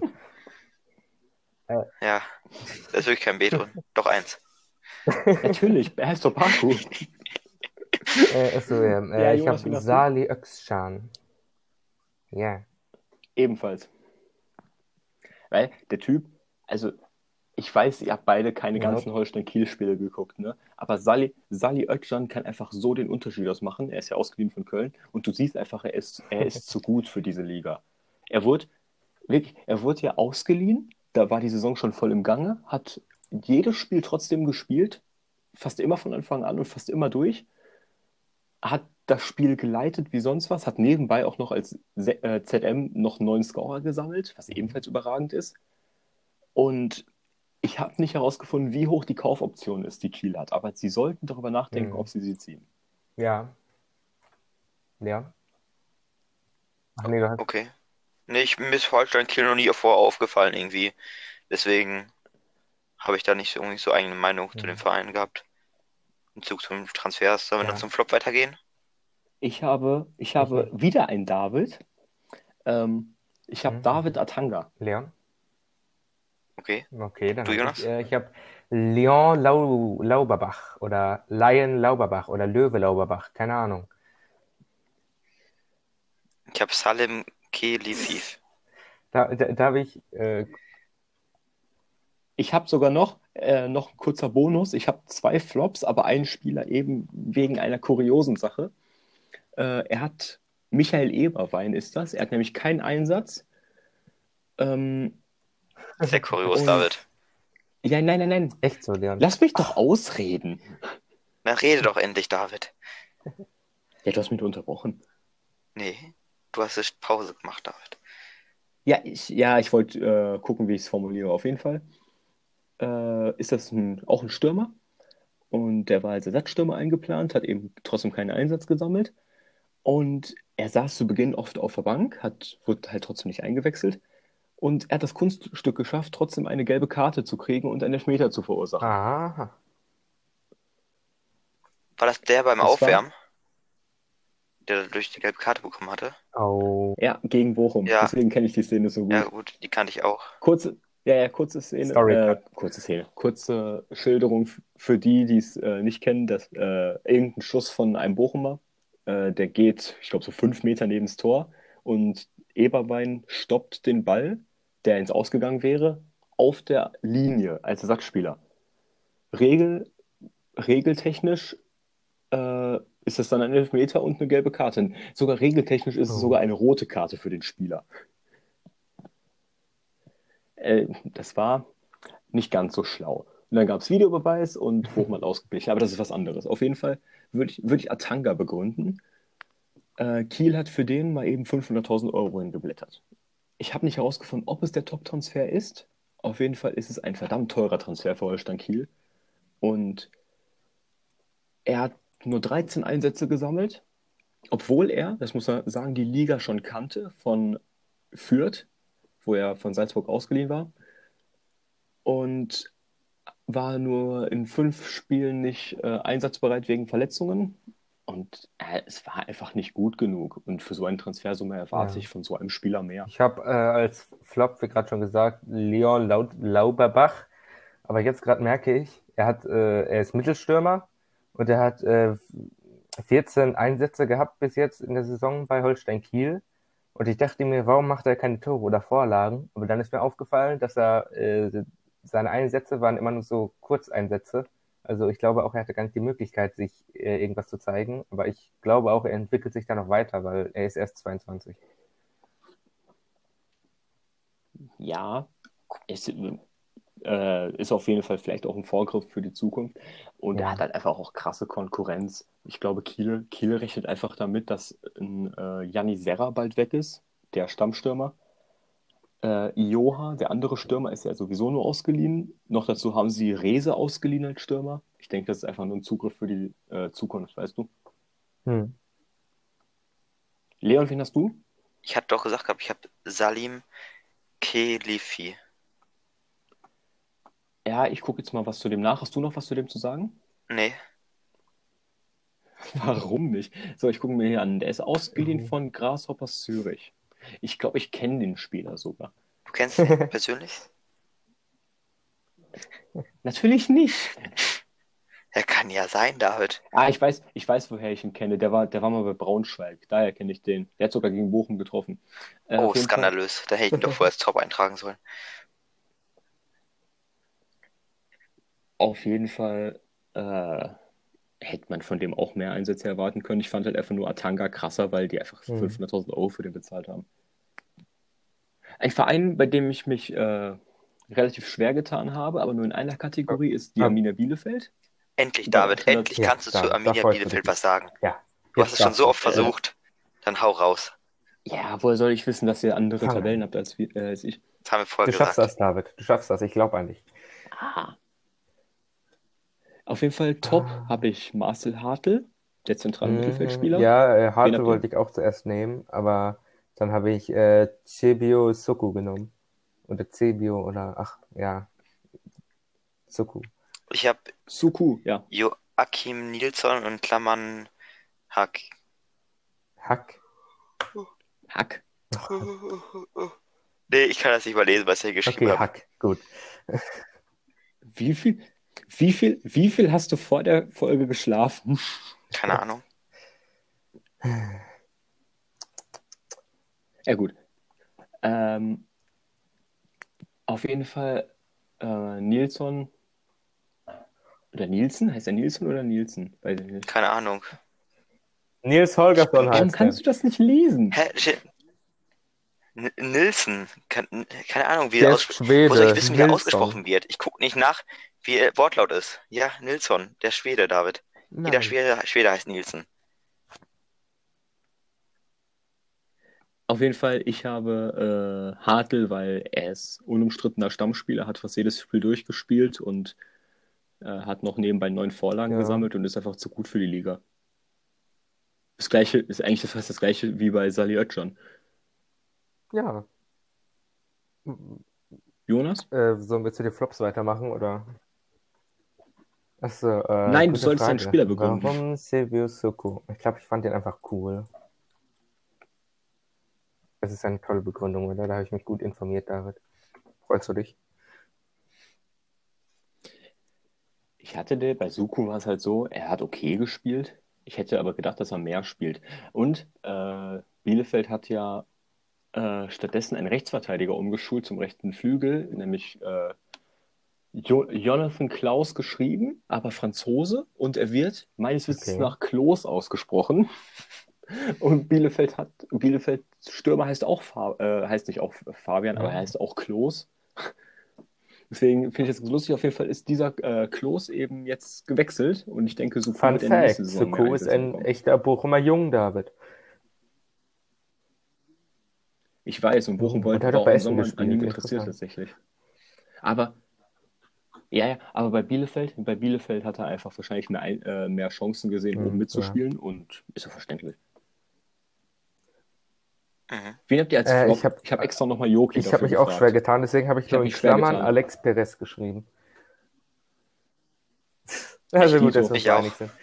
Ja, da ist wirklich kein B drin. Doch eins. Natürlich, er heißt doch Baku. Ich habe Salih Özcan. Ja. Ebenfalls. Weil der Typ, also ich weiß, ihr habt beide keine ganzen Holstein-Kiel-Spiele geguckt, ne? Aber Salih Özcan kann einfach so den Unterschied ausmachen. Er ist ja ausgeliehen von Köln und du siehst einfach, er ist zu gut für diese Liga. Er wurde ja ausgeliehen, da war die Saison schon voll im Gange, hat jedes Spiel trotzdem gespielt, fast immer von Anfang an und fast immer durch, hat das Spiel geleitet wie sonst was, hat nebenbei auch noch als ZM noch 9 Scorer gesammelt, was ebenfalls überragend ist. Und ich habe nicht herausgefunden, wie hoch die Kaufoption ist, die Kiel hat, aber sie sollten darüber nachdenken, ob sie ziehen. Ja. Ja. Ach nee, okay. Nee, mir ist Holstein Kiel noch nie vorher aufgefallen irgendwie. Deswegen habe ich da nicht irgendwie so eigene Meinung zu den Vereinen gehabt. Im Zug zum Transfers. Sollen wir dann zum Flop weitergehen? Ich habe wieder einen David. Ich habe David Atanga. Leon? Okay, dann du, Jonas? Ich habe Leon Lauberbach oder Lion Lauberbach oder Löwe Lauberbach, keine Ahnung. Ich habe Salim Khelifif. Da habe ich. Ich habe sogar noch ein kurzer Bonus. Ich habe 2 Flops, aber einen Spieler eben wegen einer kuriosen Sache. Er hat Michael Eberwein ist das. Er hat nämlich keinen Einsatz. Sehr kurios, David. Ja, nein. Echt so, Leon. Lass mich doch ausreden. Na, rede doch endlich, David. Ja, du hast mich unterbrochen. Nee, du hast eine Pause gemacht, David. Ja, ich wollte gucken, wie ich es formuliere. Auf jeden Fall ist das auch ein Stürmer. Und der war als Ersatzstürmer eingeplant, hat eben trotzdem keinen Einsatz gesammelt. Und er saß zu Beginn oft auf der Bank, wurde halt trotzdem nicht eingewechselt. Und er hat das Kunststück geschafft, trotzdem eine gelbe Karte zu kriegen und einen Elfmeter zu verursachen. Aha. War das der beim Aufwärmen, der dadurch die gelbe Karte bekommen hatte? Oh. Ja, gegen Bochum. Ja. Deswegen kenne ich die Szene so gut. Ja, gut, die kannte ich auch. Kurze Szene. Kurze Szene. Kurze Schilderung für die, die es nicht kennen, dass irgendein Schuss von einem Bochumer, der geht, ich glaube, so 5 Meter neben das Tor und Eberwein stoppt den Ball, der ins Ausgegangen wäre, auf der Linie als Ersatzspieler. Regeltechnisch ist das dann ein Elfmeter und eine gelbe Karte. Sogar regeltechnisch ist es sogar eine rote Karte für den Spieler. Das war nicht ganz so schlau. Und dann gab es Videobeweis und Bochum hat ausgeglichen. Aber das ist was anderes. Auf jeden Fall würde ich Atanga begründen. Kiel hat für den mal eben 500.000 Euro hingeblättert. Ich habe nicht herausgefunden, ob es der Top-Transfer ist. Auf jeden Fall ist es ein verdammt teurer Transfer für Holstein Kiel. Und er hat nur 13 Einsätze gesammelt, obwohl er, das muss man sagen, die Liga schon kannte von Fürth, wo er von Salzburg ausgeliehen war. Und war nur in 5 Spielen nicht einsatzbereit wegen Verletzungen. Und es war einfach nicht gut genug. Und für so eine Transfersumme erwarte ich von so einem Spieler mehr. Ich habe als Flop, wie gerade schon gesagt, Leon Lauberbach. Aber jetzt gerade merke ich, er ist Mittelstürmer und er hat 14 Einsätze gehabt bis jetzt in der Saison bei Holstein Kiel. Und ich dachte mir, warum macht er keine Tore oder Vorlagen? Aber dann ist mir aufgefallen, dass seine Einsätze waren immer nur so Kurzeinsätze. Also ich glaube auch, er hatte gar nicht die Möglichkeit, sich irgendwas zu zeigen. Aber ich glaube auch, er entwickelt sich da noch weiter, weil er ist erst 22. Ja, ist auf jeden Fall vielleicht auch ein Vorgriff für die Zukunft. Und er hat halt einfach auch krasse Konkurrenz. Ich glaube, Kiel rechnet einfach damit, dass Janni Serra bald weg ist, der Stammstürmer. Ioha, der andere Stürmer, ist ja sowieso nur ausgeliehen. Noch dazu haben sie Rehse ausgeliehen als Stürmer. Ich denke, das ist einfach nur ein Zugriff für die Zukunft, weißt du? Leon, wen hast du? Ich hatte doch gesagt, ich habe Salim Khelifif. Ja, ich gucke jetzt mal was zu dem nach. Hast du noch was zu dem zu sagen? Nee. Warum nicht? So, ich gucke mir hier an. Der ist ausgeliehen von Grasshoppers Zürich. Ich glaube, ich kenne den Spieler sogar. Du kennst ihn persönlich? Natürlich nicht. Er kann ja sein, David. Ich weiß, woher ich ihn kenne. Der war mal bei Braunschweig. Daher kenne ich den. Der hat sogar gegen Bochum getroffen. Skandalös. Da hätte ich ihn doch vorher als Top eintragen sollen. Auf jeden Fall hätte man von dem auch mehr Einsätze erwarten können. Ich fand halt einfach nur Atanga krasser, weil die einfach 500.000 Euro für den bezahlt haben. Ein Verein, bei dem ich mich relativ schwer getan habe, aber nur in einer Kategorie, ist die Arminia Bielefeld. Endlich, David, endlich kannst du zu Arminia Bielefeld was sagen. Ja. Du hast es schon so oft versucht. Dann hau raus. Ja, woher soll ich wissen, dass ihr andere Tabellen habt als ich? Das haben wir vorher gesagt. Du schaffst das, David. Du schaffst das. Ich glaube an dich. Auf jeden Fall top habe ich Marcel Hartl, der zentrale Mittelfeldspieler. Ja, Hartl wollte ich auch zuerst nehmen, aber dann habe ich Cebio Soku genommen. Oder Cebio oder, Soku. Ich habe Soku, ja. Joachim Nilsson und Klammern Hack. Hack? Hack. Nee, ich kann das nicht mal lesen, was er geschrieben hat. Okay, Hack, gut. Wie viel hast du vor der Folge geschlafen? Keine Ahnung. Ja, gut. Auf jeden Fall Nilsson oder Nielsen? Heißt er Nilsson oder Nielsen? Weiß ich nicht. Keine Ahnung. Nils Holgersson Warum heißt kannst er. du das nicht lesen? Hä? Nilsen. Keine Ahnung, wie Der er ist Wo soll ich Schwede. wissen, wie er Nilsson. ausgesprochen wird? Ich gucke nicht nach, wie er Wortlaut ist. Ja, Nilsson, der Schwede, David. Jeder Nein. Schwede heißt Nielsen. Auf jeden Fall, ich habe Hartl, weil er ist unumstrittener Stammspieler, hat fast jedes Spiel durchgespielt und hat noch nebenbei 9 Vorlagen gesammelt und ist einfach zu gut für die Liga. Das Gleiche ist eigentlich fast das Gleiche wie bei Salih Özcan. Ja. Jonas? Sollen wir zu den Flops weitermachen, oder? Achso, Nein, du gute solltest deinen Frage. Spieler begründen. Warum Silvio Suku? Ich glaube, ich fand den einfach cool. Das ist eine tolle Begründung, oder? Da habe ich mich gut informiert, David. Freust du dich? Bei Suku war es halt so, er hat okay gespielt. Ich hätte aber gedacht, dass er mehr spielt. Und Bielefeld hat ja stattdessen einen Rechtsverteidiger umgeschult zum rechten Flügel, nämlich Jonathan Klaus geschrieben, aber Franzose. Und er wird meines Wissens nach Klos ausgesprochen. Und Bielefeld Stürmer heißt heißt nicht auch Fabian, aber er heißt auch Klos. Deswegen finde ich das lustig. Auf jeden Fall ist dieser Klos eben jetzt gewechselt und ich denke, Suko wird in der nächsten Saison mehr Suko ist ein bekommen. echter Bochumer Jung, David. Ich weiß, und Bochum war auch im Sommer an ihm interessiert tatsächlich. Aber aber bei Bielefeld hat er einfach wahrscheinlich mehr Chancen gesehen, oben mitzuspielen und ist ja verständlich. Wen habt ihr als Flop? Ich habe extra nochmal Joki Ich habe mich auch schwer getan, deswegen habe ich nur in Klammern Alex Perez geschrieben. Also gut, dass wir uns einig sind.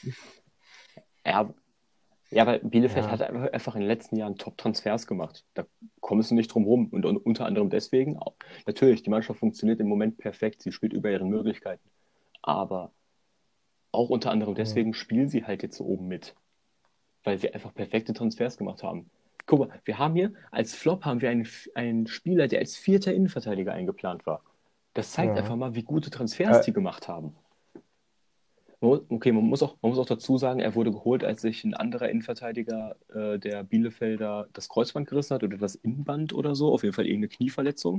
Ja, weil Bielefeld hat einfach in den letzten Jahren Top-Transfers gemacht. Da kommst du nicht drum rum. Und unter anderem deswegen, natürlich, die Mannschaft funktioniert im Moment perfekt. Sie spielt über ihren Möglichkeiten. Aber auch unter anderem deswegen spielen sie halt jetzt so oben mit. Weil sie einfach perfekte Transfers gemacht haben. Guck mal, wir haben hier, als Flop haben wir einen Spieler, der als 4. Innenverteidiger eingeplant war. Das zeigt einfach mal, wie gute Transfers die gemacht haben. Okay, man muss auch dazu sagen, er wurde geholt, als sich ein anderer Innenverteidiger der Bielefelder das Kreuzband gerissen hat oder das Innenband oder so. Auf jeden Fall irgendeine Knieverletzung.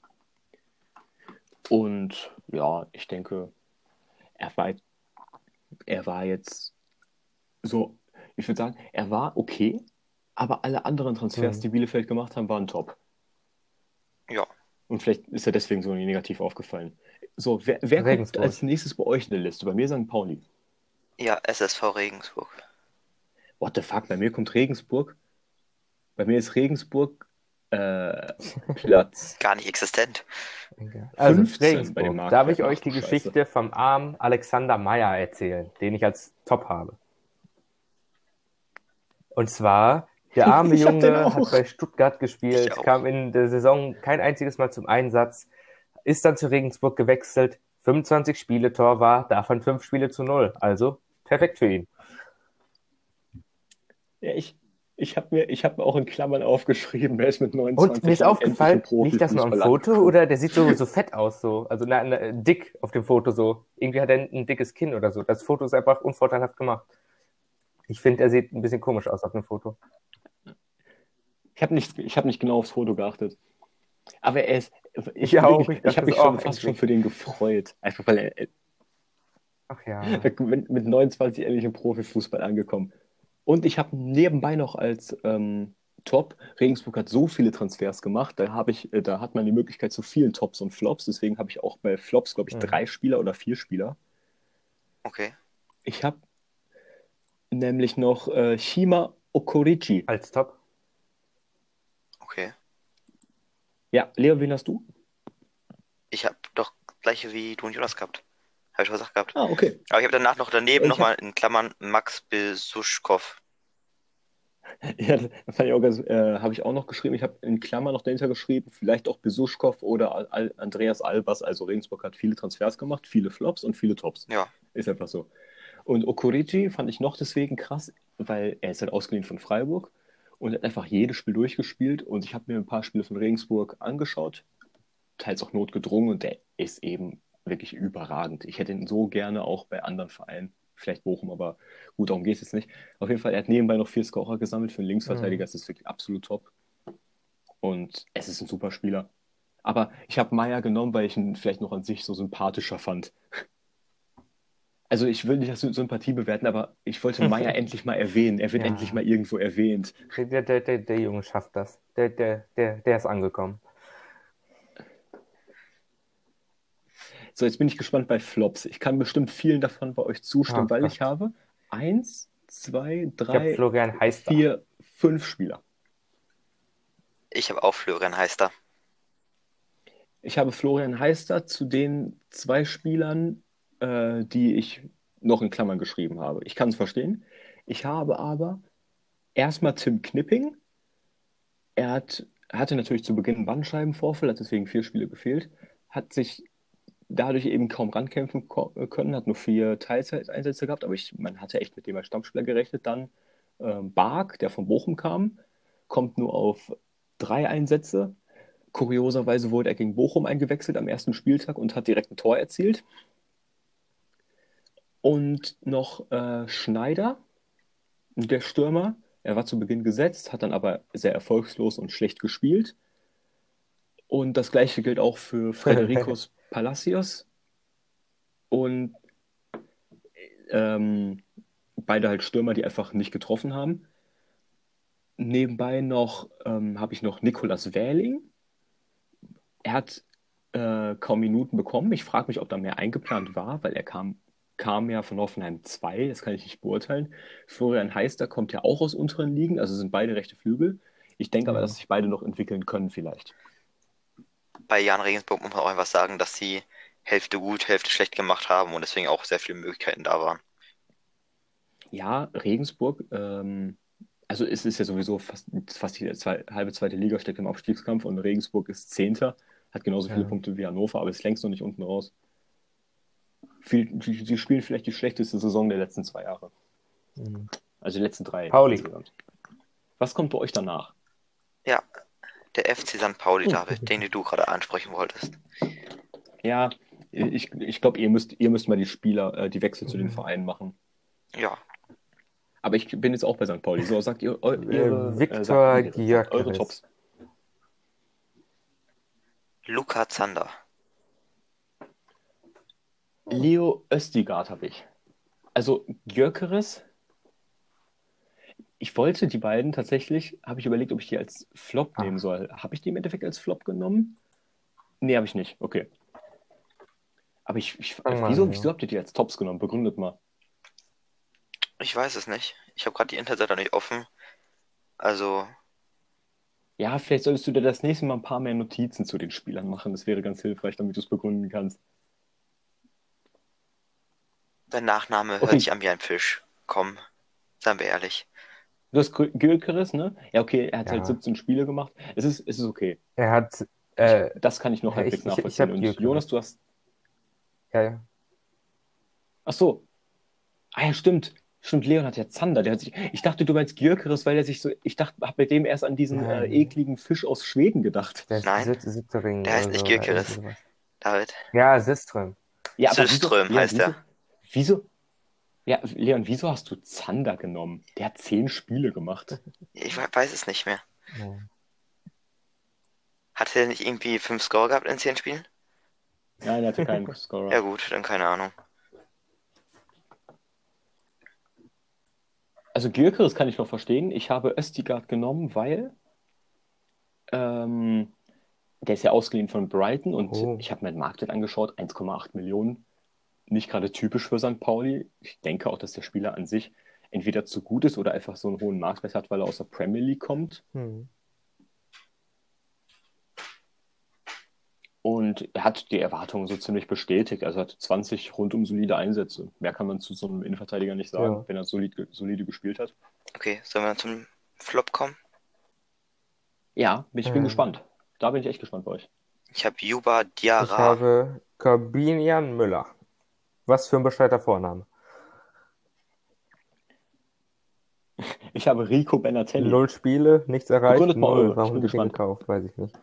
Und ja, ich denke, er war jetzt so, ich würde sagen, er war okay, aber alle anderen Transfers, die Bielefeld gemacht haben, waren top. Ja. Und vielleicht ist er deswegen so negativ aufgefallen. So, wer kommt als nächstes bei euch in der Liste? Bei mir St. Pauli. Ja, SSV Regensburg. What the fuck? Bei mir kommt Regensburg. Bei mir ist Regensburg Platz. Gar nicht existent. Also Regensburg. Darf ich euch die Geschichte vom armen Alexander Meyer erzählen, den ich als Top habe? Und zwar, der arme Junge hat bei Stuttgart gespielt, kam in der Saison kein einziges Mal zum Einsatz, ist dann zu Regensburg gewechselt, 25 Spiele Tor war, davon 5 Spiele zu 0. Also perfekt für ihn. Ja, ich habe mir auch in Klammern aufgeschrieben, wer ist mit 29 Und mir ist aufgefallen, nicht das nur am Foto, oder der sieht so fett aus, so. Also dick auf dem Foto so. Irgendwie hat er ein dickes Kinn oder so. Das Foto ist einfach unvorteilhaft gemacht. Ich finde, er sieht ein bisschen komisch aus auf dem Foto. Ich habe nicht genau aufs Foto geachtet. Aber er ist. Ich habe mich fast schon für den gefreut. Einfach weil er. Ach ja. Mit 29 endlich im Profifußball angekommen. Und ich habe nebenbei noch als Top, Regensburg hat so viele Transfers gemacht, da hat man die Möglichkeit zu vielen Tops und Flops. Deswegen habe ich auch bei Flops, glaube ich, 3 Spieler oder 4 Spieler. Okay. Ich habe nämlich noch Shima Okorichi. Als Top? Okay. Ja, Leo, wen hast du? Ich habe doch gleiche wie du und Jonas gehabt. Habe ich schon gesagt gehabt. Ah, okay. Aber ich habe danach noch daneben nochmal in Klammern Max Besuschkow. Ja, das fand ich auch habe ich auch noch geschrieben. Ich habe in Klammern noch dahinter geschrieben, vielleicht auch Besuschkow oder Andreas Albers. Also Regensburg hat viele Transfers gemacht, viele Flops und viele Tops. Ja. Ist einfach so. Und Okorichi fand ich noch deswegen krass, weil er ist halt ausgeliehen von Freiburg. und hat einfach jedes Spiel durchgespielt. Und ich habe mir ein paar Spiele von Regensburg angeschaut, teils auch notgedrungen, und der ist eben wirklich überragend. Ich hätte ihn so gerne auch bei anderen Vereinen, vielleicht Bochum, aber gut, darum geht es jetzt nicht. Auf jeden Fall, er hat nebenbei noch 4 Scorer gesammelt für einen Linksverteidiger, das ist wirklich absolut top. Und es ist ein super Spieler. Aber ich habe Meier genommen, weil ich ihn vielleicht noch an sich so sympathischer fand. Also ich will nicht das Sympathie bewerten, aber ich wollte Meier endlich mal erwähnen. Er wird endlich mal irgendwo erwähnt. Der Junge schafft das. Der ist angekommen. So, jetzt bin ich gespannt bei Flops. Ich kann bestimmt vielen davon bei euch zustimmen, weil ich habe 1, 2, 3, Florian Heister. 4, 5 Spieler. Ich habe auch Florian Heister. Ich habe Florian Heister zu den 2 Spielern, die ich noch in Klammern geschrieben habe. Ich kann es verstehen. Ich habe aber erstmal Tim Knipping. Er hatte natürlich zu Beginn einen Bandscheibenvorfall, hat deswegen 4 Spiele gefehlt, hat sich dadurch eben kaum rankämpfen können, hat nur 4 Teilzeiteinsätze gehabt, aber man hatte echt mit dem als Stammspieler gerechnet. Dann Bark, der von Bochum kam, kommt nur auf 3 Einsätze. Kurioserweise wurde er gegen Bochum eingewechselt am ersten Spieltag und hat direkt ein Tor erzielt. Und noch Schneider, der Stürmer. Er war zu Beginn gesetzt, hat dann aber sehr erfolgslos und schlecht gespielt. Und das gleiche gilt auch für Fredericos Palacios. Und beide halt Stürmer, die einfach nicht getroffen haben. Nebenbei noch habe ich noch Nicolas Wähling. Er hat kaum Minuten bekommen. Ich frage mich, ob da mehr eingeplant war, weil er kam ja von Hoffenheim 2, das kann ich nicht beurteilen. Florian Heister kommt ja auch aus unteren Ligen, also sind beide rechte Flügel. Ich denke aber, dass sich beide noch entwickeln können vielleicht. Bei Jan Regensburg muss man auch einfach sagen, dass sie Hälfte gut, Hälfte schlecht gemacht haben und deswegen auch sehr viele Möglichkeiten da waren. Ja, Regensburg, also es ist ja sowieso fast die halbe zweite Liga steckt im Abstiegskampf und Regensburg ist Zehnter, hat genauso viele Punkte wie Hannover, aber ist längst noch nicht unten raus. Sie spielen vielleicht die schlechteste Saison der letzten 2 Jahre. Also die letzten 3 Pauli. Insgesamt. Was kommt bei euch danach? Ja, der FC St. Pauli, David, den du gerade ansprechen wolltest. Ja, ich glaube, ihr müsst mal die Spieler, die Wechsel zu den Vereinen machen. Ja. Aber ich bin jetzt auch bei St. Pauli. So, sagt ihr Viktor Gyökeres. Eure Tops. Luca Zander. Leo Östigard habe ich. Also Gyökeres, ich wollte die beiden tatsächlich, habe ich überlegt, ob ich die als Flop nehmen soll. Habe ich die im Endeffekt als Flop genommen? Nee, habe ich nicht. Okay. Aber wieso habt ihr die als Tops genommen? Begründet mal. Ich weiß es nicht. Ich habe gerade die Internetseite nicht offen. Also. Ja, vielleicht solltest du dir das nächste Mal ein paar mehr Notizen zu den Spielern machen. Das wäre ganz hilfreich, damit du es begründen kannst. Dein Nachname hört sich an wie ein Fisch. Komm, seien wir ehrlich. Du hast Gyökeres, ne? Ja, okay, er hat halt 17 Spiele gemacht. Es ist okay. Er hat... das kann ich noch halbwegs nachvollziehen. Und Jonas, du hast... Ja. Ach so. Ah ja, stimmt. Stimmt, Leon hat ja Zander. Ich dachte, du meinst Gyökeres, weil er sich so... Ich habe bei dem erst an diesen ekligen Fisch aus Schweden gedacht. Nein, der heißt nicht Gyökeres. David. Ja, Syström. Ja, aber Syström heißt er. Wieso? Ja, Leon, wieso hast du Zander genommen? Der hat 10 Spiele gemacht. Ich weiß es nicht mehr. Ja. Hat er nicht irgendwie 5 Score gehabt in 10 Spielen? Nein, er hatte keinen Scorer. Ja gut, dann keine Ahnung. Also Gyökeres kann ich noch verstehen. Ich habe Östigard genommen, weil der ist ja ausgeliehen von Brighton und ich habe mir den Marktwert angeschaut, 1,8 Millionen. Nicht gerade typisch für St. Pauli. Ich denke auch, dass der Spieler an sich entweder zu gut ist oder einfach so einen hohen Marktwert hat, weil er aus der Premier League kommt. Und er hat die Erwartungen so ziemlich bestätigt. Also er hat 20 rundum solide Einsätze. Mehr kann man zu so einem Innenverteidiger nicht sagen, wenn er solide gespielt hat. Okay, sollen wir dann zum Flop kommen? Ja, ich bin gespannt. Da bin ich echt gespannt bei euch. Ich habe Juba Diarra. Ich habe Corbinian Müller. Was für ein bescheuerter Vorname. Ich habe Rico Benatelli. 0 Spiele, nichts erreicht, Begründet mal 0. eure. Ich Warum bin wird den gespannt. gekauft? Weiß ich nicht.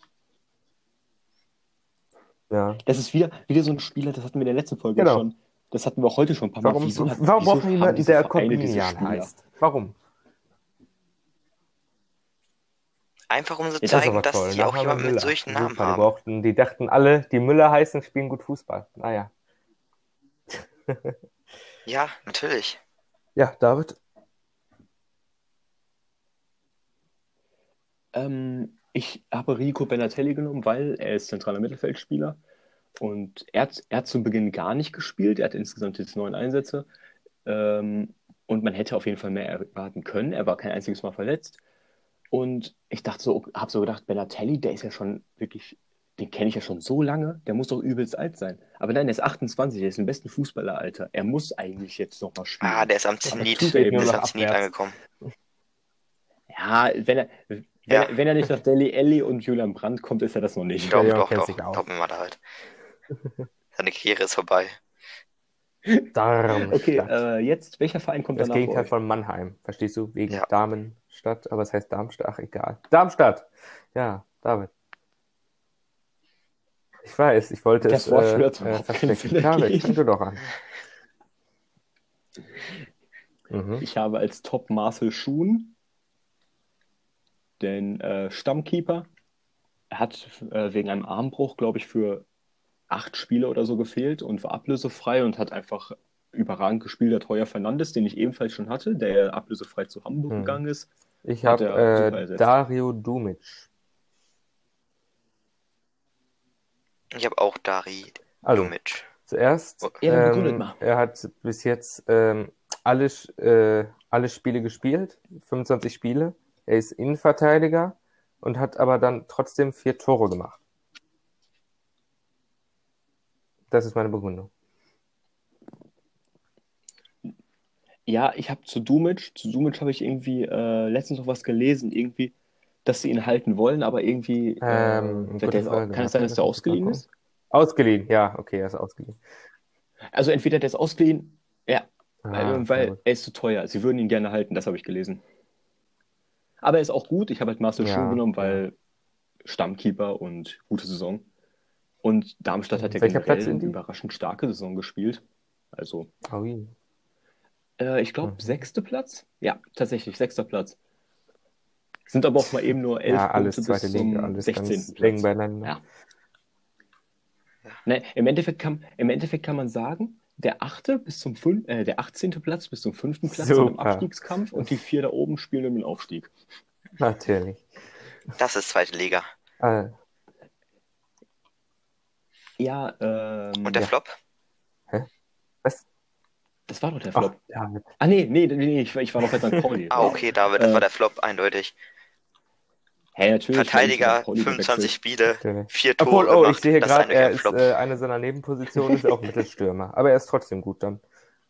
Ja. Das ist wieder so ein Spieler, das hatten wir in der letzten Folge Genau. schon. Das hatten wir auch heute schon ein paar Mal. Warum Wieso braucht man haben jemanden, diese der Vereine diese Corbinian Spieler? heißt? Warum? Einfach um zu Ja, das ist zeigen, aber dass toll. die auch Nachname jemanden mit Müller. solchen Namen Super, haben. die dachten alle, die Müller heißen, spielen gut Fußball. Naja. Ja, natürlich. Ja, David? Ich habe Rico Benatelli genommen, weil er ist zentraler Mittelfeldspieler und er hat zu Beginn gar nicht gespielt. Er hat insgesamt jetzt 9 Einsätze und man hätte auf jeden Fall mehr erwarten können. Er war kein einziges Mal verletzt und ich dachte so, habe so gedacht, Benatelli, der ist ja schon wirklich, den kenne ich ja schon so lange, der muss doch übelst alt sein. Aber nein, der ist 28, der ist im besten Fußballeralter. Er muss eigentlich jetzt noch mal spielen. Ah, der ist am Aber Zenit. tut er eben Der ist nicht. am Zenit angekommen. Ja, wenn er nicht nach Deli Alli und Julian Brandt kommt, ist er das noch nicht. Doch, Ja, doch, kennt doch. sich aus. Glaub mir mal da halt. Seine Karriere ist vorbei. Darmstadt. Okay, jetzt, welcher Verein kommt Das danach? Gegenteil von Mannheim. Verstehst du? Wegen Damenstadt, aber es heißt Darmstadt. Ach, egal. Darmstadt! Ja, David. Ich weiß, ich wollte Das es Wort hört auf verstecken. Sinn David, ergeben. fang du doch an. Mhm. Ich habe als Top Marcel Schuhn, den Stammkeeper. Er hat wegen einem Armbruch, glaube ich, für 8 Spiele oder so gefehlt und war ablösefrei und hat einfach überragend gespielt. Der Heuer Fernandes, den ich ebenfalls schon hatte, der ablösefrei zu Hamburg gegangen ist. Ich Hat er super habe ersetzt. Dario Dumic. Ich habe auch Dari Also, Dumic. zuerst, Ja, dann begründet mal. er hat bis jetzt alle Spiele gespielt, 25 Spiele. Er ist Innenverteidiger und hat aber dann trotzdem 4 Tore gemacht. Das ist meine Begründung. Ja, ich habe zu Dumic habe ich irgendwie letztens noch was gelesen, irgendwie, dass sie ihn halten wollen, aber irgendwie kann es sein, dass der ausgeliehen ist? Ausgeliehen, ja, okay, er ist ausgeliehen. Also entweder der ist ausgeliehen, ja, sehr weil gut. er ist zu teuer. Sie würden ihn gerne halten, das habe ich gelesen. Aber er ist auch gut. Ich habe halt Marcel Schuh genommen, weil Stammkeeper und gute Saison. Und Darmstadt hat ja Welcher Platz generell sind die? eine überraschend starke Saison gespielt. Also, Ui. ich glaube, 6. Platz? Ja, tatsächlich, 6. Platz. Sind aber auch mal eben nur 11 Ja, alles Punkte bis zweite zum Liga, alles 16. ganz Platz. eng beieinander. Ja. Ne, im Endeffekt kann man sagen, der 18. Platz bis zum 5. Platz sind im Super. Abstiegskampf und die 4 da oben spielen um den Aufstieg. Natürlich. Das ist zweite Liga. Ja, Und der Flop? Hä? Was? Das war doch der Flop. David. Nee, ich war noch bei St. Pauli. Ah, okay, David, das war der Flop, eindeutig. Hey, natürlich. Verteidiger, St. Pauli 25 Spiele, Natürlich. 4 Tore Obwohl, gemacht. ich sehe hier Das ist gerade, er eindeutig ein ist Flop. eine seiner Nebenpositionen ist auch Mittelstürmer. Aber er ist trotzdem gut dann.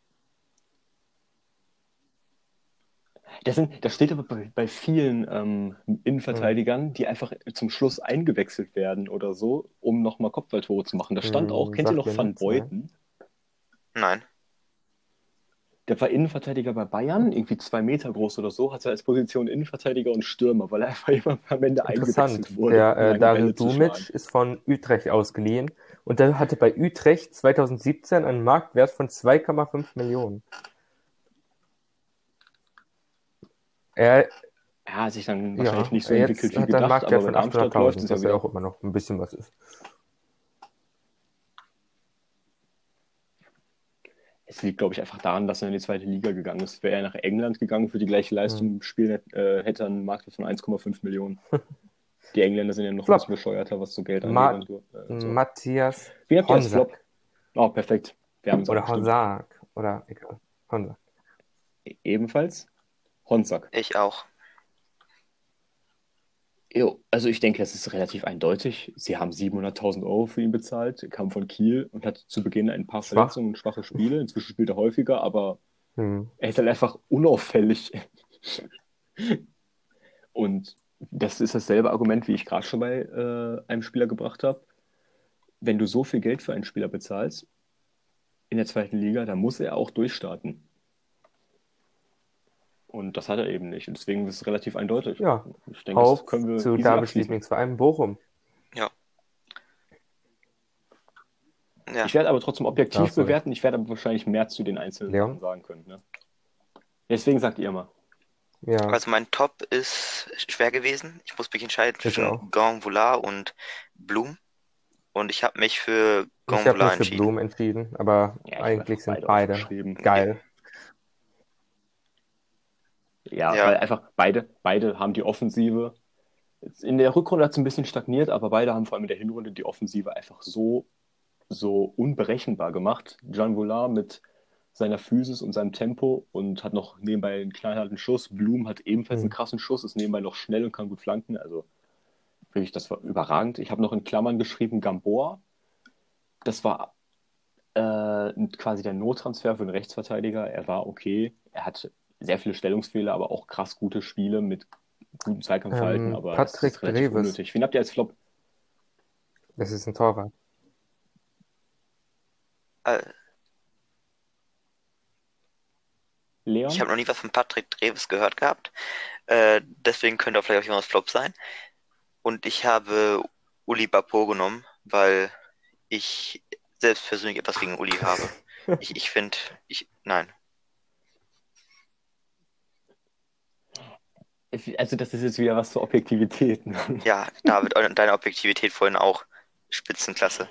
Das steht aber bei vielen Innenverteidigern, die einfach zum Schluss eingewechselt werden oder so, um nochmal Kopfballtore zu machen. Da stand auch, kennt ihr noch Van Beuten? Nein. Der war Innenverteidiger bei Bayern, irgendwie 2 Meter groß oder so, hatte als Position Innenverteidiger und Stürmer, weil er einfach immer am Ende eingewechselt wurde. Der Dario Dumic ist von Utrecht ausgeliehen und der hatte bei Utrecht 2017 einen Marktwert von 2,5 Millionen. Er hat sich dann wahrscheinlich nicht so entwickelt wie gedacht, gedacht, Marktwert aber von bei Darmstadt läuft es ja was wieder. ja auch immer noch ein bisschen was ist. Es liegt, glaube ich, einfach daran, dass er in die 2. Liga gegangen ist. Wäre er nach England gegangen für die gleiche Leistung im Spiel, hätte er einen Marktwert von 1,5 Millionen. Die Engländer sind ja noch ein bisschen bescheuerter, was so Geld angeht. Matthias Wie habt ihr als Flop? Oh, perfekt. Wir haben uns oder Honsack. Oder egal. Honsack. Ebenfalls Honsack. Ich auch. Jo, also ich denke, das ist relativ eindeutig. Sie haben 700.000 Euro für ihn bezahlt, kam von Kiel und hat zu Beginn ein paar Verletzungen und schwache Spiele. Inzwischen spielt er häufiger, aber er ist halt einfach unauffällig. Und das ist dasselbe Argument, wie ich gerade schon bei einem Spieler gebracht habe. Wenn du so viel Geld für einen Spieler bezahlst in der 2. Liga, dann muss er auch durchstarten. Und das hat er eben nicht. Und deswegen ist es relativ eindeutig. Ja, Ich denke, das können wir zu easy Davids abschließen. Lieblingsverein Bochum. Ja. Ich werde aber trotzdem objektiv sorry. bewerten. Ich werde aber wahrscheinlich mehr zu den einzelnen Leon? Sachen sagen können. Ne? Deswegen sagt ihr mal. Ja, Also mein Top ist schwer gewesen. Ich muss mich entscheiden auch. zwischen Gonvoulard und Blum. Und ich habe mich für Ich habe Gonvoulard mich für entschieden. Blum entschieden, aber Ja, ich hab eigentlich einfach sind beide beide aufgeschrieben. geil. Ja, Ja. weil einfach beide haben die Offensive. In der Rückrunde hat es ein bisschen stagniert, aber beide haben vor allem in der Hinrunde die Offensive einfach so unberechenbar gemacht. Jean Voulard mit seiner Physis und seinem Tempo und hat noch nebenbei einen knallharten Schuss. Blum hat ebenfalls einen krassen Schuss, ist nebenbei noch schnell und kann gut flanken. Also wirklich, das war überragend. Ich habe noch in Klammern geschrieben Gamboa. Das war quasi der Nottransfer für einen Rechtsverteidiger. Er war okay. Er hat sehr viele Stellungsfehler, aber auch krass gute Spiele mit gutem Zweikampfverhalten. Aber das Patrick ist relativ Dreves. unnötig. Wen habt ihr als Flop? Das ist ein Torwart. Leon? Ich habe noch nie was von Patrick Dreves gehört gehabt. Deswegen könnte auch vielleicht auch jemand Flop sein. Und ich habe Uli Bappo genommen, weil ich selbst persönlich etwas gegen Uli habe. Ich finde, nein. Also das ist jetzt wieder was zur Objektivität. Ne? Ja, David, deine Objektivität vorhin auch Spitzenklasse.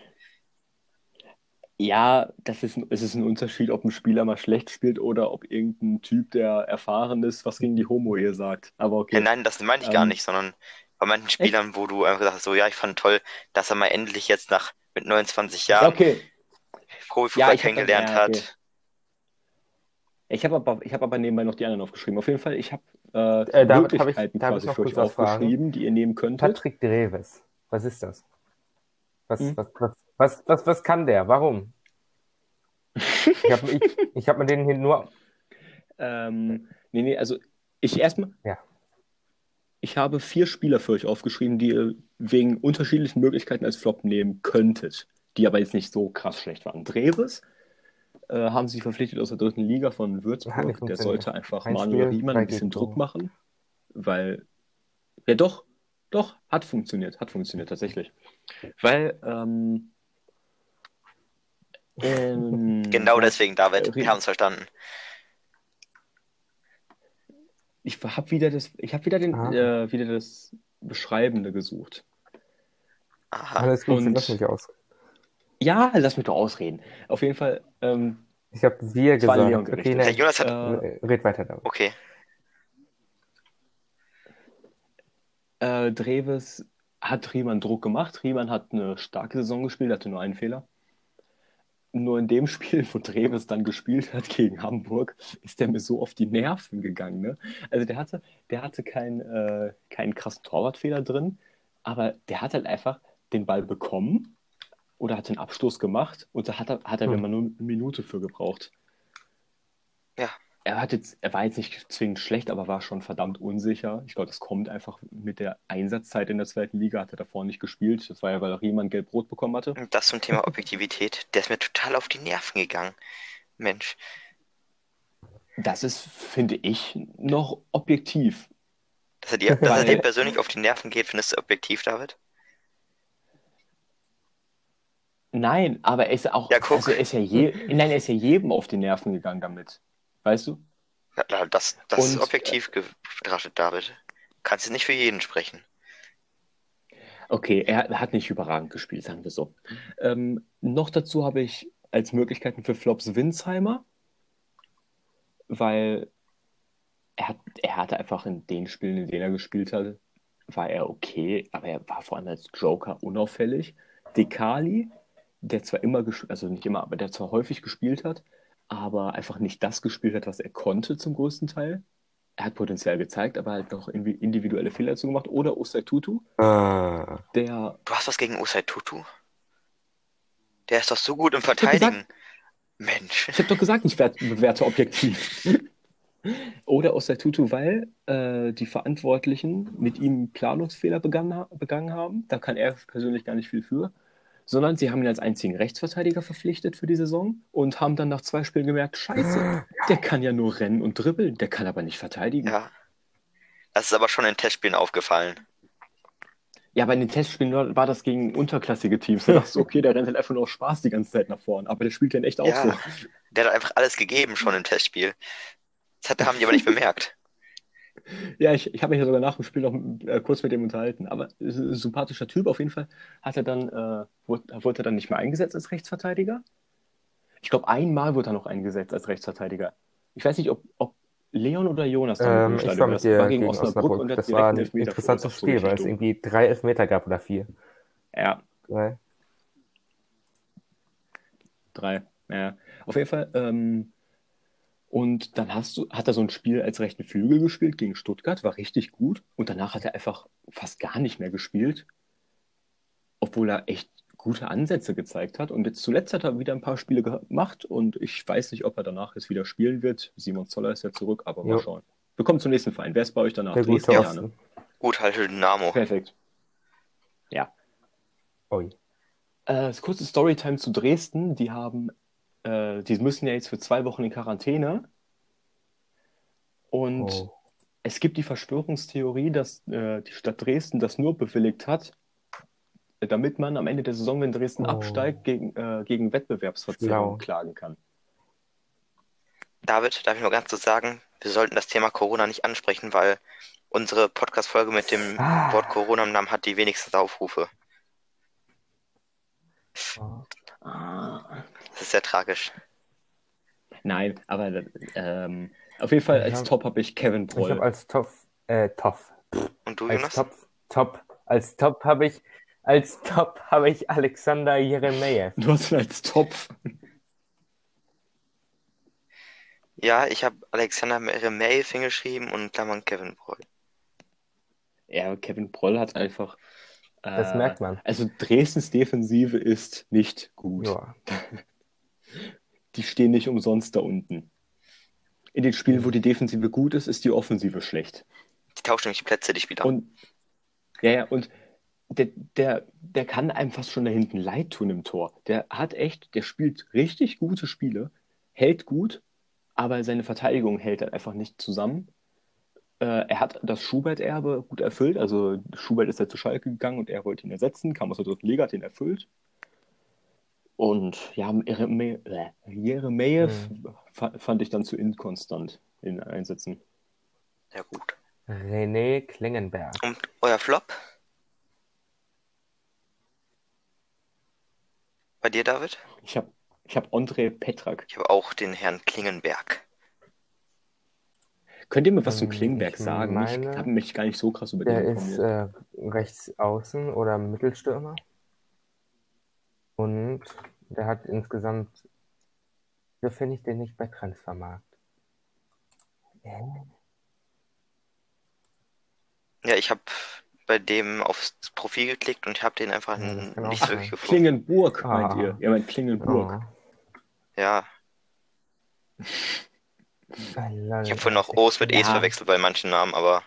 Ja, es ist ein Unterschied, ob ein Spieler mal schlecht spielt oder ob irgendein Typ, der erfahren ist, was gegen die Homo-Ehe sagt. Aber okay. Nein, das meine ich gar nicht, sondern bei manchen Spielern, wo du einfach sagst, so, ja, ich fand toll, dass er mal endlich jetzt mit 29 Jahren Profifußball kennengelernt hat. Ich habe aber nebenbei noch die anderen aufgeschrieben. Auf jeden Fall, ich habe Möglichkeiten quasi für euch aufgeschrieben, die ihr nehmen könntet. Patrick Dreves, was ist das? Was kann der? Warum? Ich hab mir den hier nur... also ich habe 4 Spieler für euch aufgeschrieben, die ihr wegen unterschiedlichen Möglichkeiten als Flop nehmen könntet, die aber jetzt nicht so krass schlecht waren. Dreves haben sie verpflichtet aus der 3. Liga von Würzburg. Der sollte einfach Manuel Riemann ein bisschen Druck machen, weil doch, hat funktioniert tatsächlich. Weil genau deswegen, David, wir haben es verstanden. Ich habe wieder das Beschreibende gesucht. Aha. Alles gut, lass mich aus. Ja, lass mich doch ausreden. Auf jeden Fall. Ich habe wir gesagt. Okay, Herr Jonas hat. Red weiter damit. Okay. Dreves hat Riemann Druck gemacht. Riemann hat eine starke Saison gespielt, hatte nur einen Fehler. Nur in dem Spiel, wo Dreves dann gespielt hat gegen Hamburg, ist der mir so auf die Nerven gegangen. Ne? Also der hatte keinen krassen Torwartfehler drin, aber der hat halt einfach den Ball bekommen oder hat den Abstoß gemacht und da hat er wenn man nur eine Minute für gebraucht. Ja. Er war jetzt nicht zwingend schlecht, aber war schon verdammt unsicher. Ich glaube, das kommt einfach mit der Einsatzzeit in der 2. Liga. Hat er davor nicht gespielt. Das war ja, weil Riemann gelb-rot bekommen hatte. Und das zum Thema Objektivität. Der ist mir total auf die Nerven gegangen. Mensch. Das ist, finde ich, noch objektiv. Dass er dir persönlich auf die Nerven geht, findest du objektiv, David? Nein, aber er ist auch. Ja, guck. Also er ist ja jedem auf die Nerven gegangen damit. Weißt du? Ja, das ist objektiv betrachtet, David. Kannst du nicht für jeden sprechen. Okay, er hat nicht überragend gespielt, sagen wir so. Noch dazu habe ich als Möglichkeiten für Flops Winsheimer, weil er hatte einfach in den Spielen, in denen er gespielt hat, war er okay, aber er war vor allem als Joker unauffällig. Dekali, der zwar nicht immer, aber der zwar häufig gespielt hat, aber einfach nicht das gespielt hat, was er konnte zum größten Teil. Er hat Potenzial gezeigt, aber halt noch individuelle Fehler dazu gemacht. Oder Osei Tutu. Du hast was gegen Osei Tutu? Der ist doch so gut im Verteidigen. Mensch. Ich habe doch gesagt, ich bewerte objektiv. Oder Osei Tutu, weil die Verantwortlichen mit ihm Planungsfehler begangen haben. Da kann er persönlich gar nicht viel für. sondern sie haben ihn als einzigen Rechtsverteidiger verpflichtet für die Saison und haben dann nach 2 Spielen gemerkt, scheiße, der kann ja nur rennen und dribbeln, der kann aber nicht verteidigen. Ja, das ist aber schon in Testspielen aufgefallen. Ja, bei den Testspielen war das gegen unterklassige Teams. Da dachtest du, okay, der rennt halt einfach nur aus Spaß die ganze Zeit nach vorne. Aber der spielt ja in echt auch so. Der hat einfach alles gegeben schon im Testspiel. Haben die aber nicht bemerkt. Ja, ich habe mich ja sogar nach dem Spiel noch kurz mit dem unterhalten. Aber ein sympathischer Typ auf jeden Fall. Wurde er dann nicht mehr eingesetzt als Rechtsverteidiger? Ich glaube, einmal wurde er noch eingesetzt als Rechtsverteidiger. Ich weiß nicht, ob Leon oder Jonas dann im Stadion. Das war gegen Osnabrück und das war ein interessantes Spiel, weil es irgendwie 3 Elfmeter gab oder 4. Ja. 3. Ja. Auf jeden Fall. Und dann hat er so ein Spiel als rechten Flügel gespielt gegen Stuttgart, war richtig gut. Und danach hat er einfach fast gar nicht mehr gespielt, obwohl er echt gute Ansätze gezeigt hat. Und jetzt zuletzt hat er wieder ein paar Spiele gemacht und ich weiß nicht, ob er danach jetzt wieder spielen wird. Simon Zoller ist ja zurück, aber mal schauen. Wir kommen zum nächsten Verein. Wer ist bei euch danach? Dresden, ja. Gut, halt Dynamo. Perfekt. Ja. Ui. Kurze Storytime zu Dresden. Die müssen ja jetzt für 2 Wochen in Quarantäne. Und es gibt die Verschwörungstheorie, dass die Stadt Dresden das nur bewilligt hat, damit man am Ende der Saison, wenn Dresden absteigt, gegen Wettbewerbsverzerrung klagen kann. David, darf ich nur ganz kurz sagen, wir sollten das Thema Corona nicht ansprechen, weil unsere Podcast-Folge mit dem Wort Corona im Namen hat die wenigsten Aufrufe. Das ist sehr tragisch. Nein, aber auf jeden Fall als Top habe ich Kevin Broll. Ich habe als Top. Und du, Jonas? Als Top habe ich Alexander Jeremejew. Du hast ihn als Top. Ja, ich habe Alexander Jeremejew hingeschrieben und Klammern Kevin Broll. Ja, Kevin Broll hat einfach. Das merkt man. Also Dresdens Defensive ist nicht gut. Ja. Die stehen nicht umsonst da unten. In den Spielen, wo die Defensive gut ist, ist die Offensive schlecht. Die tauschen nämlich die Plätze, die Spieler. Und der kann einem fast schon da hinten leid tun im Tor. Der spielt richtig gute Spiele, hält gut, aber seine Verteidigung hält halt einfach nicht zusammen. Er hat das Schubert-Erbe gut erfüllt. Also Schubert ist ja zu Schalke gegangen und er wollte ihn ersetzen, kam aus der 3. Liga, hat ihn erfüllt. Und ja, Jeremejew fand ich dann zu inkonstant in Einsätzen. Ja, gut. René Klingenberg. Und euer Flop? Bei dir, David? Ich hab Ondrej Petrak. Ich habe auch den Herrn Klingenberg. Könnt ihr mir was zu Klingenberg sagen? Ich habe mich gar nicht so krass über den informiert. Der ist rechts außen oder Mittelstürmer. Und der hat insgesamt, so finde ich den nicht bei Transfermarkt. Ja, ich habe bei dem aufs Profil geklickt und ich habe den einfach nicht so wirklich gefunden. Klingenburg meint ihr? Ihr meint Klingenburg. Ja. Ich habe vorhin noch O's mit E's verwechselt bei manchen Namen, aber...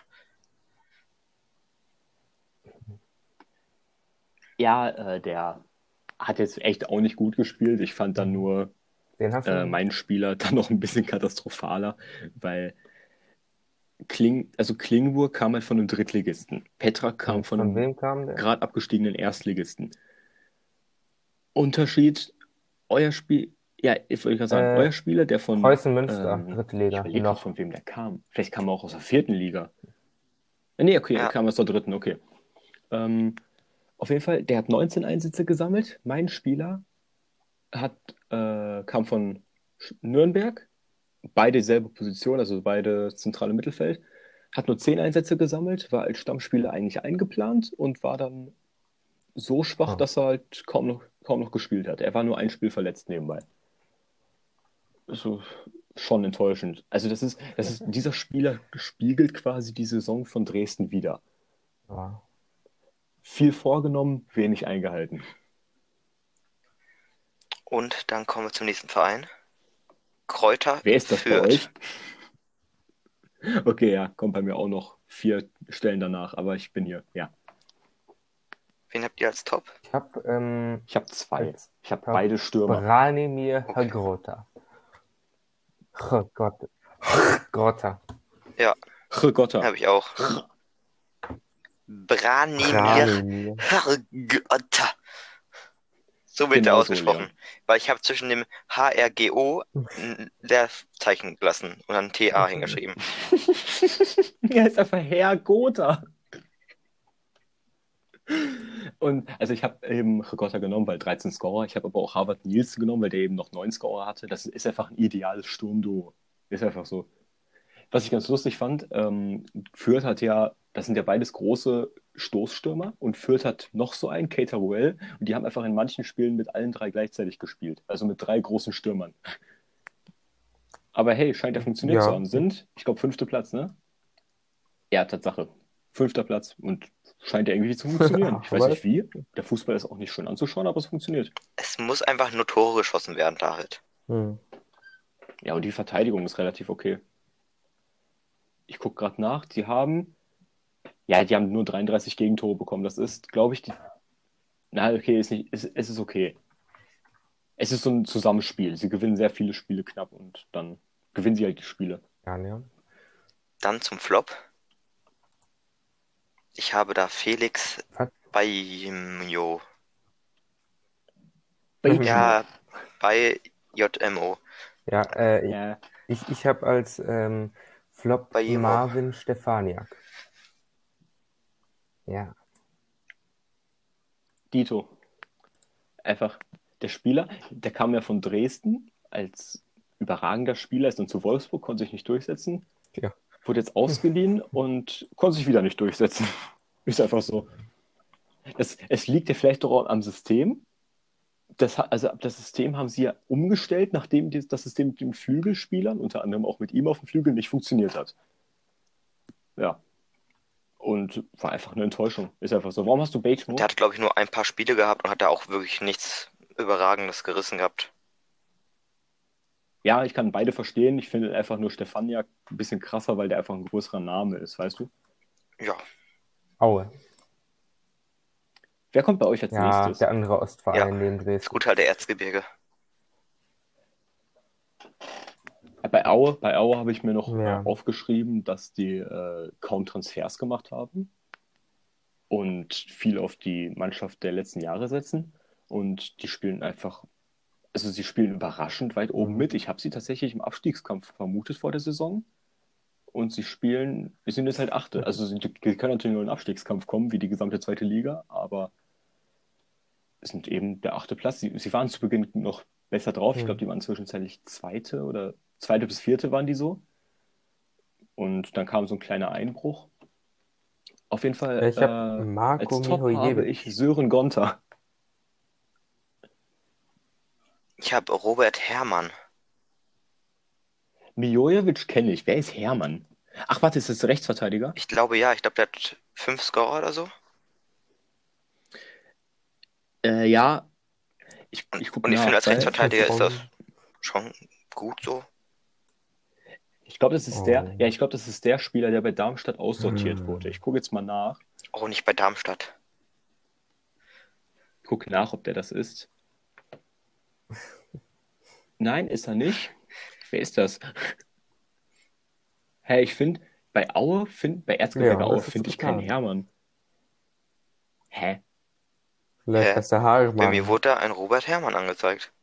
Ja, der hat jetzt echt auch nicht gut gespielt. Ich fand dann nur meinen Spieler dann noch ein bisschen katastrophaler, weil Klingenburg kam halt von einem Drittligisten. Petrak kam von einem gerade abgestiegenen Erstligisten. Unterschied, euer Spiel... Ja, ich wollte gerade sagen, euer Spieler, der von... Preußen Münster, dritte Liga. Ich überlege noch, von wem der kam. Vielleicht kam er auch aus der 4. Liga. Nee, okay, er kam aus der 3., okay. Auf jeden Fall, der hat 19 Einsätze gesammelt. Mein Spieler kam von Nürnberg, beide dieselbe Position, also beide zentrale Mittelfeld, hat nur 10 Einsätze gesammelt, war als Stammspieler eigentlich eingeplant und war dann so schwach, dass er halt kaum noch gespielt hat. Er war nur ein Spiel verletzt nebenbei. Also schon enttäuschend. Also dieser Spieler spiegelt quasi die Saison von Dresden wider. Ja. Viel vorgenommen, wenig eingehalten. Und dann kommen wir zum nächsten Verein. Kräuter. Wer ist das bei euch? Okay, ja, kommt bei mir auch noch 4 Stellen danach, aber ich bin hier, ja. Wen habt ihr als Top? Ich habe zwei. Ich habe beide Stürmer. Branimir Hrgota. Hrgota. Ja. Hrgota. Habe ich auch. Branimir Hrgota. So wird er ausgesprochen. Weil ich habe zwischen dem HRGO ein Leerzeichen gelassen und dann TA hingeschrieben. Er ist einfach Herr Gotha. Und also ich habe eben Hrgota genommen, weil 13 Scorer. Ich habe aber auch Harvard Nielsen genommen, weil der eben noch 9 Scorer hatte. Das ist einfach ein ideales Sturmduo. Ist einfach so. Was ich ganz lustig fand, Fürth hat ja, das sind ja beides große Stoßstürmer und Fürth hat noch so einen, Caterwell, und die haben einfach in manchen Spielen mit allen drei gleichzeitig gespielt. Also mit 3 großen Stürmern. Aber hey, scheint ja funktioniert zu haben. Sind, ich glaube, 5. Platz, ne? Ja, Tatsache. 5. Platz und scheint ja irgendwie zu funktionieren. Ich weiß nicht wie. Der Fußball ist auch nicht schön anzuschauen, aber es funktioniert. Es muss einfach nur Tore geschossen werden, da halt. Ja, und die Verteidigung ist relativ okay. Ich gucke gerade nach. Die haben nur 33 Gegentore bekommen. Das ist, glaube ich, okay, es ist okay. Es ist so ein Zusammenspiel. Sie gewinnen sehr viele Spiele knapp und dann gewinnen sie halt die Spiele. Ja. Dann zum Flop. Ich habe da Felix Beijmo. Ja, bei JMO. Ja, ich habe als Flop Marvin Stefaniak. Ja. Dito. Einfach der Spieler, der kam ja von Dresden als überragender Spieler, ist dann zu Wolfsburg, konnte sich nicht durchsetzen. Ja. Wurde jetzt ausgeliehen und konnte sich wieder nicht durchsetzen. Ist einfach so. Es liegt ja vielleicht doch am System. Das System haben sie ja umgestellt, nachdem das System mit den Flügelspielern, unter anderem auch mit ihm auf dem Flügel, nicht funktioniert hat. Ja. Und war einfach eine Enttäuschung. Ist einfach so. Warum hast du Beijmo? Der hat, glaube ich, nur ein paar Spiele gehabt und hat da auch wirklich nichts Überragendes gerissen gehabt. Ja, ich kann beide verstehen. Ich finde einfach nur Stefaniak ein bisschen krasser, weil der einfach ein größerer Name ist, weißt du? Ja. Aue. Wer kommt bei euch als nächstes? Der andere Ostverein neben Dresden. Ist gut, halt der Erzgebirge. Bei Aue habe ich mir noch aufgeschrieben, dass die kaum Transfers gemacht haben und viel auf die Mannschaft der letzten Jahre setzen. Und die spielen einfach, also sie spielen überraschend weit oben mit. Ich habe sie tatsächlich im Abstiegskampf vermutet vor der Saison. Und wir sind jetzt halt Achte. Also sie können natürlich nur in den Abstiegskampf kommen, wie die gesamte zweite Liga, aber es sind eben der 8. Platz. Sie waren zu Beginn noch besser drauf. Ich glaube, die waren zwischenzeitlich 2. bis 4. waren die so. Und dann kam so ein kleiner Einbruch. Auf jeden Fall ich habe Marco als Top habe ich Sören Gonta. Ich habe Robert Herrmann. Mijojevic kenne ich. Wer ist Herrmann? Ach, warte, ist das Rechtsverteidiger? Ich glaube, ja. Ich glaube, der hat 5 Scorer oder so. Ja. Ich gucke Und ich finde, als Rechtsverteidiger ist das schon gut so. Ich glaube, das ist der Spieler, der bei Darmstadt aussortiert wurde. Ich gucke jetzt mal nach. Oh, nicht bei Darmstadt. Ich gucke nach, ob der das ist. Nein, ist er nicht. Wer ist das? Hey, ich finde, bei Erzgebirge Aue finde ich keinen Hermann. Hä? Vielleicht ist der Hermann. Bei mir wurde da ein Robert Herrmann angezeigt.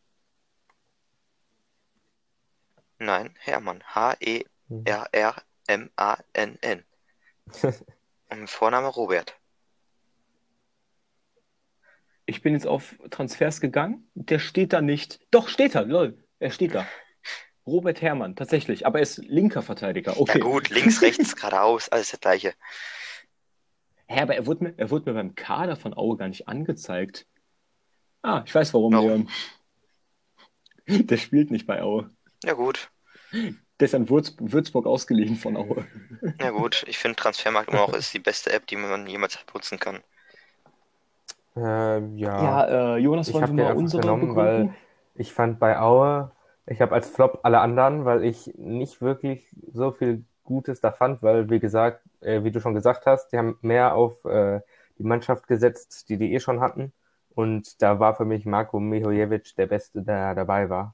Nein, Hermann. Herrmann. Und Vorname Robert. Ich bin jetzt auf Transfers gegangen. Der steht da nicht. Doch, steht da. Lol. Er steht da. Robert Herrmann, tatsächlich. Aber er ist linker Verteidiger. Okay. Ja gut, links, rechts, geradeaus. Alles das Gleiche. Hä, aber er wurde mir beim Kader von Aue gar nicht angezeigt. Ah, ich weiß warum. Leon. Der spielt nicht bei Aue. Ja gut. Der ist an Würzburg ausgeliehen von Aue. Ja gut, ich finde Transfermarkt immer noch ist die beste App, die man jemals nutzen kann. Jonas, wollen wir mal unsere genommen, weil ich fand bei Aue, ich habe als Flop alle anderen, weil ich nicht wirklich so viel Gutes da fand, weil wie gesagt, wie du schon gesagt hast, die haben mehr auf die Mannschaft gesetzt, die eh schon hatten. Und da war für mich Marko Mihojevic der Beste, der dabei war.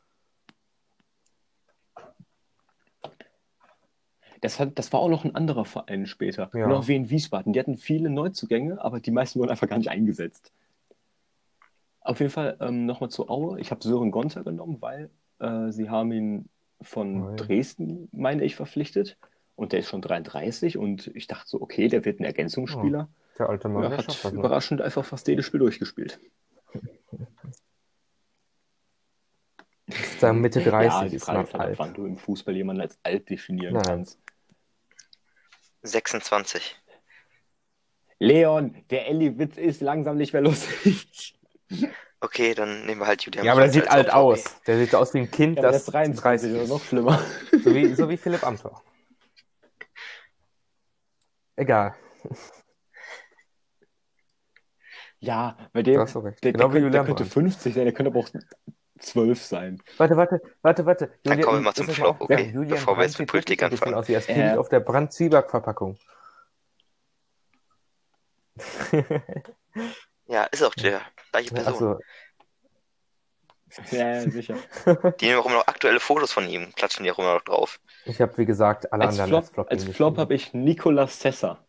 Das war auch noch ein anderer Verein später. Ja. Genau wie in Wiesbaden. Die hatten viele Neuzugänge, aber die meisten wurden einfach gar nicht eingesetzt. Auf jeden Fall nochmal zu Aue. Ich habe Sören Gonter genommen, weil sie haben ihn von Dresden, meine ich, verpflichtet. Und der ist schon 33 und ich dachte so, okay, der wird ein Ergänzungsspieler. Der alte Mann, ja, hat überraschend einfach fast jedes Spiel durchgespielt. Ist da Mitte 30. Ja, die Frage ist halt, wann du im Fußball jemanden als alt definieren kannst. 26. Leon, der Elli-Witz ist langsam nicht mehr lustig. Okay, dann nehmen wir halt Julian. Ja, aber der sieht alt aus. Der sieht aus wie ein Kind, ja, das ist 33 oder noch schlimmer. So wie Philipp Amthor. Egal. Ja, bei dem, der könnte 50 sein, der könnte aber auch 12 sein. Warte. Dann kommen wir mal zum Flop, okay, bevor wir jetzt mit Politik anfangen. Aus wie das Kind auf der Brand-Zwieback-Verpackung. Ja, ist auch der gleiche Person. Ja, sicher. Die nehmen auch immer noch aktuelle Fotos von ihm, klatschen die auch immer noch drauf. Ich habe, wie gesagt, alle anderen als Flop. Als Flop habe ich Nicolas Sessa.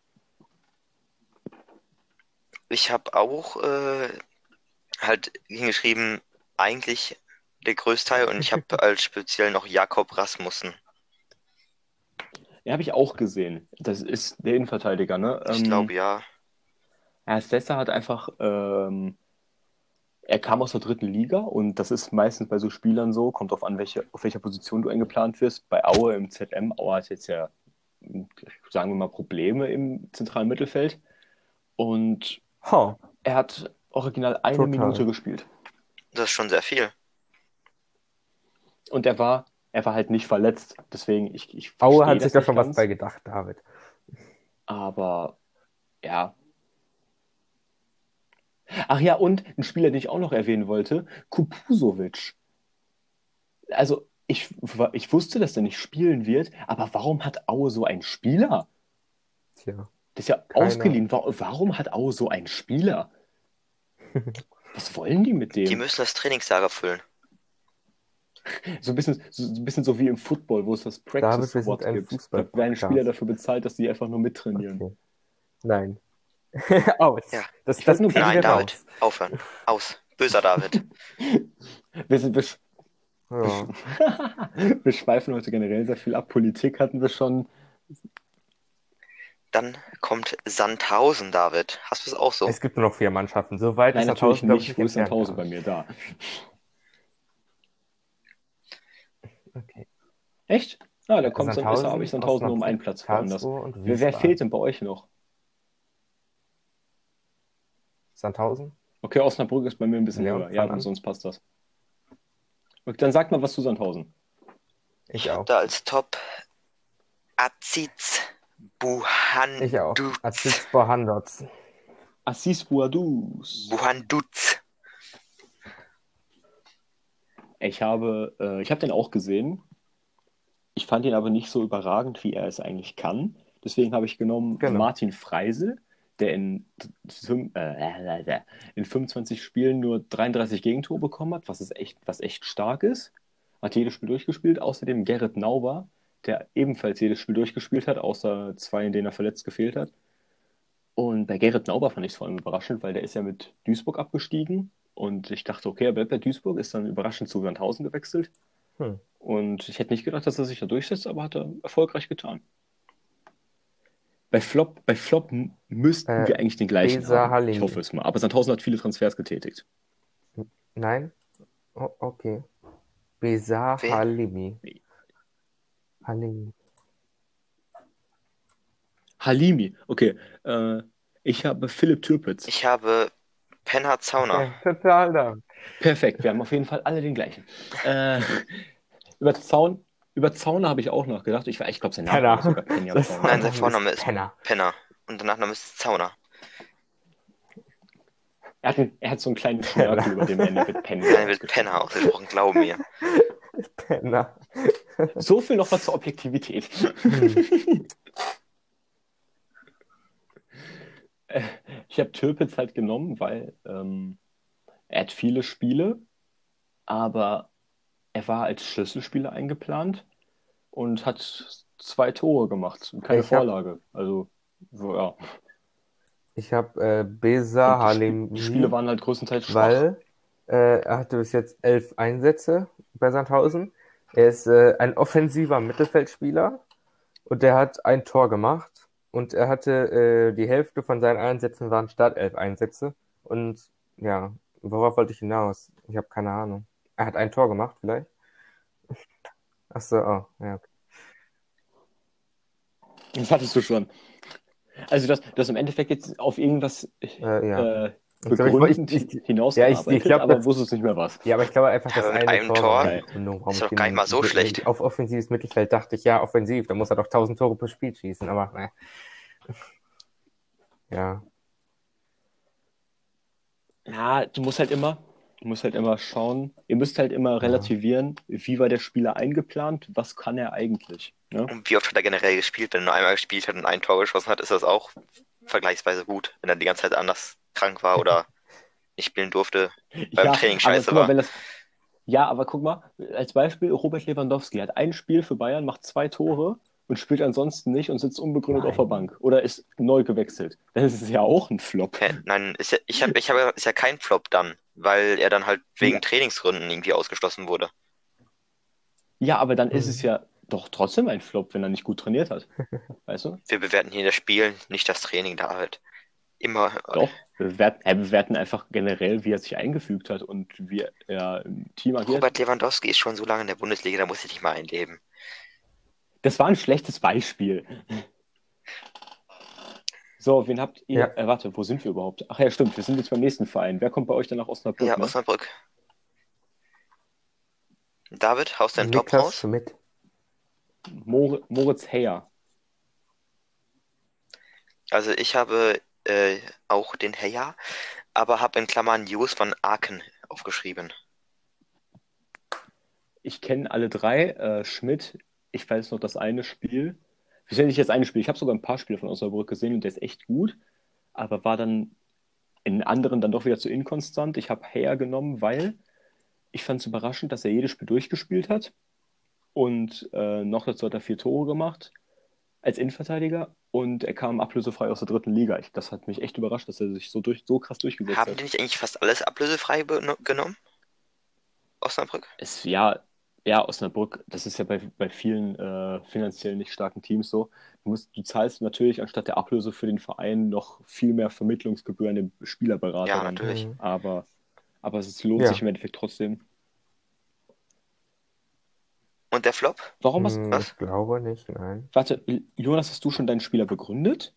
Ich habe auch halt hingeschrieben, eigentlich der Größteil, und ich habe als speziell noch Jakob Rasmussen. Ja, habe ich auch gesehen. Das ist der Innenverteidiger, ne? Ich glaube, ja. Ja, Sessa hat einfach, er kam aus der 3. Liga und das ist meistens bei so Spielern so, kommt drauf an, auf welcher Position du eingeplant wirst. Bei Aue im ZM, Aue hat jetzt ja, sagen wir mal, Probleme im zentralen Mittelfeld. Und er hat original eine Minute gespielt. Das ist schon sehr viel. Und er war halt nicht verletzt. Deswegen, ich Aue hat sich da schon was bei gedacht, David. Aber, ja. Ach ja, und ein Spieler, den ich auch noch erwähnen wollte, Kupusovic. Also, ich wusste, dass der nicht spielen wird, aber warum hat Aue so einen Spieler? Tja. Das ist ja ausgeliehen. Warum hat Aue so einen Spieler? Was wollen die mit dem? Die müssen das Trainingslager füllen. So ein bisschen so wie im Football, wo es das Practice Squad gibt. Da werden Spieler dafür bezahlt, dass die einfach nur mittrainieren. Okay. Nein. Aus. Ja. Das Nein, David, aufhören. Aus. Böser David. Wir schweifen heute generell sehr viel ab. Politik hatten wir schon. Dann kommt Sandhausen, David. Hast du es auch so? Es gibt nur noch 4 Mannschaften. Soweit ist natürlich nicht. Wo ist Sandhausen bei mir da? Okay. Echt? Da kommt Sandhausen, habe ich Sandhausen um einen Platz woanders. Wer fehlt denn bei euch noch? Sandhausen? Okay, Osnabrück ist bei mir ein bisschen höher. Ja, sonst passt das. Okay, dann sag mal was zu Sandhausen. Ich auch. Da als Top Aziz Buhanduz. Ich auch. Aziz Buhanduz. Aziz Buhanduz. Buhanduz. Ich habe den auch gesehen. Ich fand ihn aber nicht so überragend, wie er es eigentlich kann. Deswegen habe ich genommen Martin Freisel, der in 25 Spielen nur 33 Gegentore bekommen hat, was echt stark ist. Hat jedes Spiel durchgespielt. Außerdem Gerrit Nauber, der ebenfalls jedes Spiel durchgespielt hat, außer 2, in denen er verletzt gefehlt hat. Und bei Gerrit Nauber fand ich es vor allem überraschend, weil der ist ja mit Duisburg abgestiegen. Und ich dachte, okay, er bleibt bei Duisburg, ist dann überraschend zu Sandhausen gewechselt. Und ich hätte nicht gedacht, dass er sich da durchsetzt, aber hat er erfolgreich getan. Bei Flop müssten wir eigentlich den gleichen haben. Halimi. Ich hoffe es mal. Aber Sandhausen hat viele Transfers getätigt. Nein? Oh, okay. Besar Halimi. Halimi. Okay. Ich habe Philipp Türpitz. Ich habe Penner Zauner. Ja, total da. Perfekt. Wir haben auf jeden Fall alle den gleichen. Über Zauner habe ich auch nachgedacht. Ich glaube, sein Name ist sogar Penja. Nein, sein Vorname ist Penner. Und der Nachname ist Zauner. Er hat so einen kleinen Schnörkel, über dem Ende wird Penner. Nein, wird Penner ausgesprochen, glaub mir. Penner. So viel nochmal zur Objektivität. Ich habe Türpitz halt genommen, weil er hat viele Spiele, aber er war als Schlüsselspieler eingeplant und hat 2 Tore gemacht und keine Ich habe Vorlage. Also, so, ja. ich hab, Besa Und die Spiele Halimi, waren halt größtenteils schwach. weil er hatte bis jetzt 11 Einsätze bei Sandhausen. Er ist ein offensiver Mittelfeldspieler und der hat ein Tor gemacht und er hatte die Hälfte von seinen Einsätzen waren Startelf-Einsätze und ja, worauf wollte ich hinaus? Ich habe keine Ahnung. Er hat ein Tor gemacht, vielleicht? Ach so, oh, ja, okay. Das hattest du schon. Also, das im Endeffekt jetzt auf irgendwas Ja. Und so, begründend ich hinausgearbeitet, glaube, aber wusstest nicht mehr was. ja, aber ich glaube einfach, Ja, das aber mit eine einem Tor war Tor die Begründung, warum ist ich doch gar nicht mal so schlecht. auf offensives Mittelfeld dachte ich, ja, offensiv, da muss er doch 1000 Tore pro Spiel schießen, aber ne. Ja. Ja, du musst halt immer schauen, ihr müsst halt immer relativieren, wie war der Spieler eingeplant, was kann er eigentlich. Ne? Und wie oft hat er generell gespielt? Wenn er nur einmal gespielt hat und ein Tor geschossen hat, ist das auch vergleichsweise gut. Wenn er die ganze Zeit anders krank war oder nicht spielen durfte, beim Ja, Training aber scheiße guck mal, war. ja, aber guck mal, als Beispiel Robert Lewandowski hat ein Spiel für Bayern, macht 2 Tore und spielt ansonsten nicht und sitzt unbegründet auf der Bank oder ist neu gewechselt. Dann ist es ja auch ein Flop. Hä? Nein, ist ja kein Flop dann, weil er dann halt Ja, wegen Trainingsgründen irgendwie ausgeschlossen wurde. ja, aber dann ist es ja doch trotzdem ein Flop, wenn er nicht gut trainiert hat. Weißt du? Wir bewerten hier das Spiel, nicht das Training da halt. Immer. Doch, wir bewerten einfach generell, wie er sich eingefügt hat und wie er im Team agiert. Robert Lewandowski ist schon so lange in der Bundesliga, da muss ich nicht mal einleben. Das war ein schlechtes Beispiel. So, wen habt ihr? Ja. Warte, wo sind wir überhaupt? Ach ja, stimmt, wir sind jetzt beim nächsten Verein. Wer kommt bei euch dann nach Osnabrück? Ja, Ne? Osnabrück. David, haust deinen Top Niklas raus? Schmidt. Moritz Heyer. Also ich habe auch den Heya, aber habe in Klammern Jos van Aken aufgeschrieben. Ich kenne alle 3. Schmidt, ich weiß noch das eine Spiel. Wie stelle ich jetzt eine Spiel? Ich habe sogar ein paar Spiele von Osnabrück gesehen und der ist echt gut, aber war dann in anderen dann doch wieder zu inkonstant. Ich habe Heyer genommen, weil ich fand es überraschend, dass er jedes Spiel durchgespielt hat und noch dazu hat er 4 Tore gemacht als Innenverteidiger und er kam ablösefrei aus der 3. Liga. Das hat mich echt überrascht, dass er sich so krass durchgesetzt Haben die hat. nicht eigentlich fast alles ablösefrei genommen? Osnabrück? Ja, Osnabrück, das ist ja bei vielen finanziell nicht starken Teams so. Du zahlst natürlich anstatt der Ablöse für den Verein noch viel mehr Vermittlungsgebühren dem Spielerberater Ja, dann. natürlich. Aber es lohnt Ja. sich im Endeffekt trotzdem. Und der Flop? Warum hast Was? Ich glaube nicht, nein. Warte, Jonas, hast du schon deinen Spieler begründet?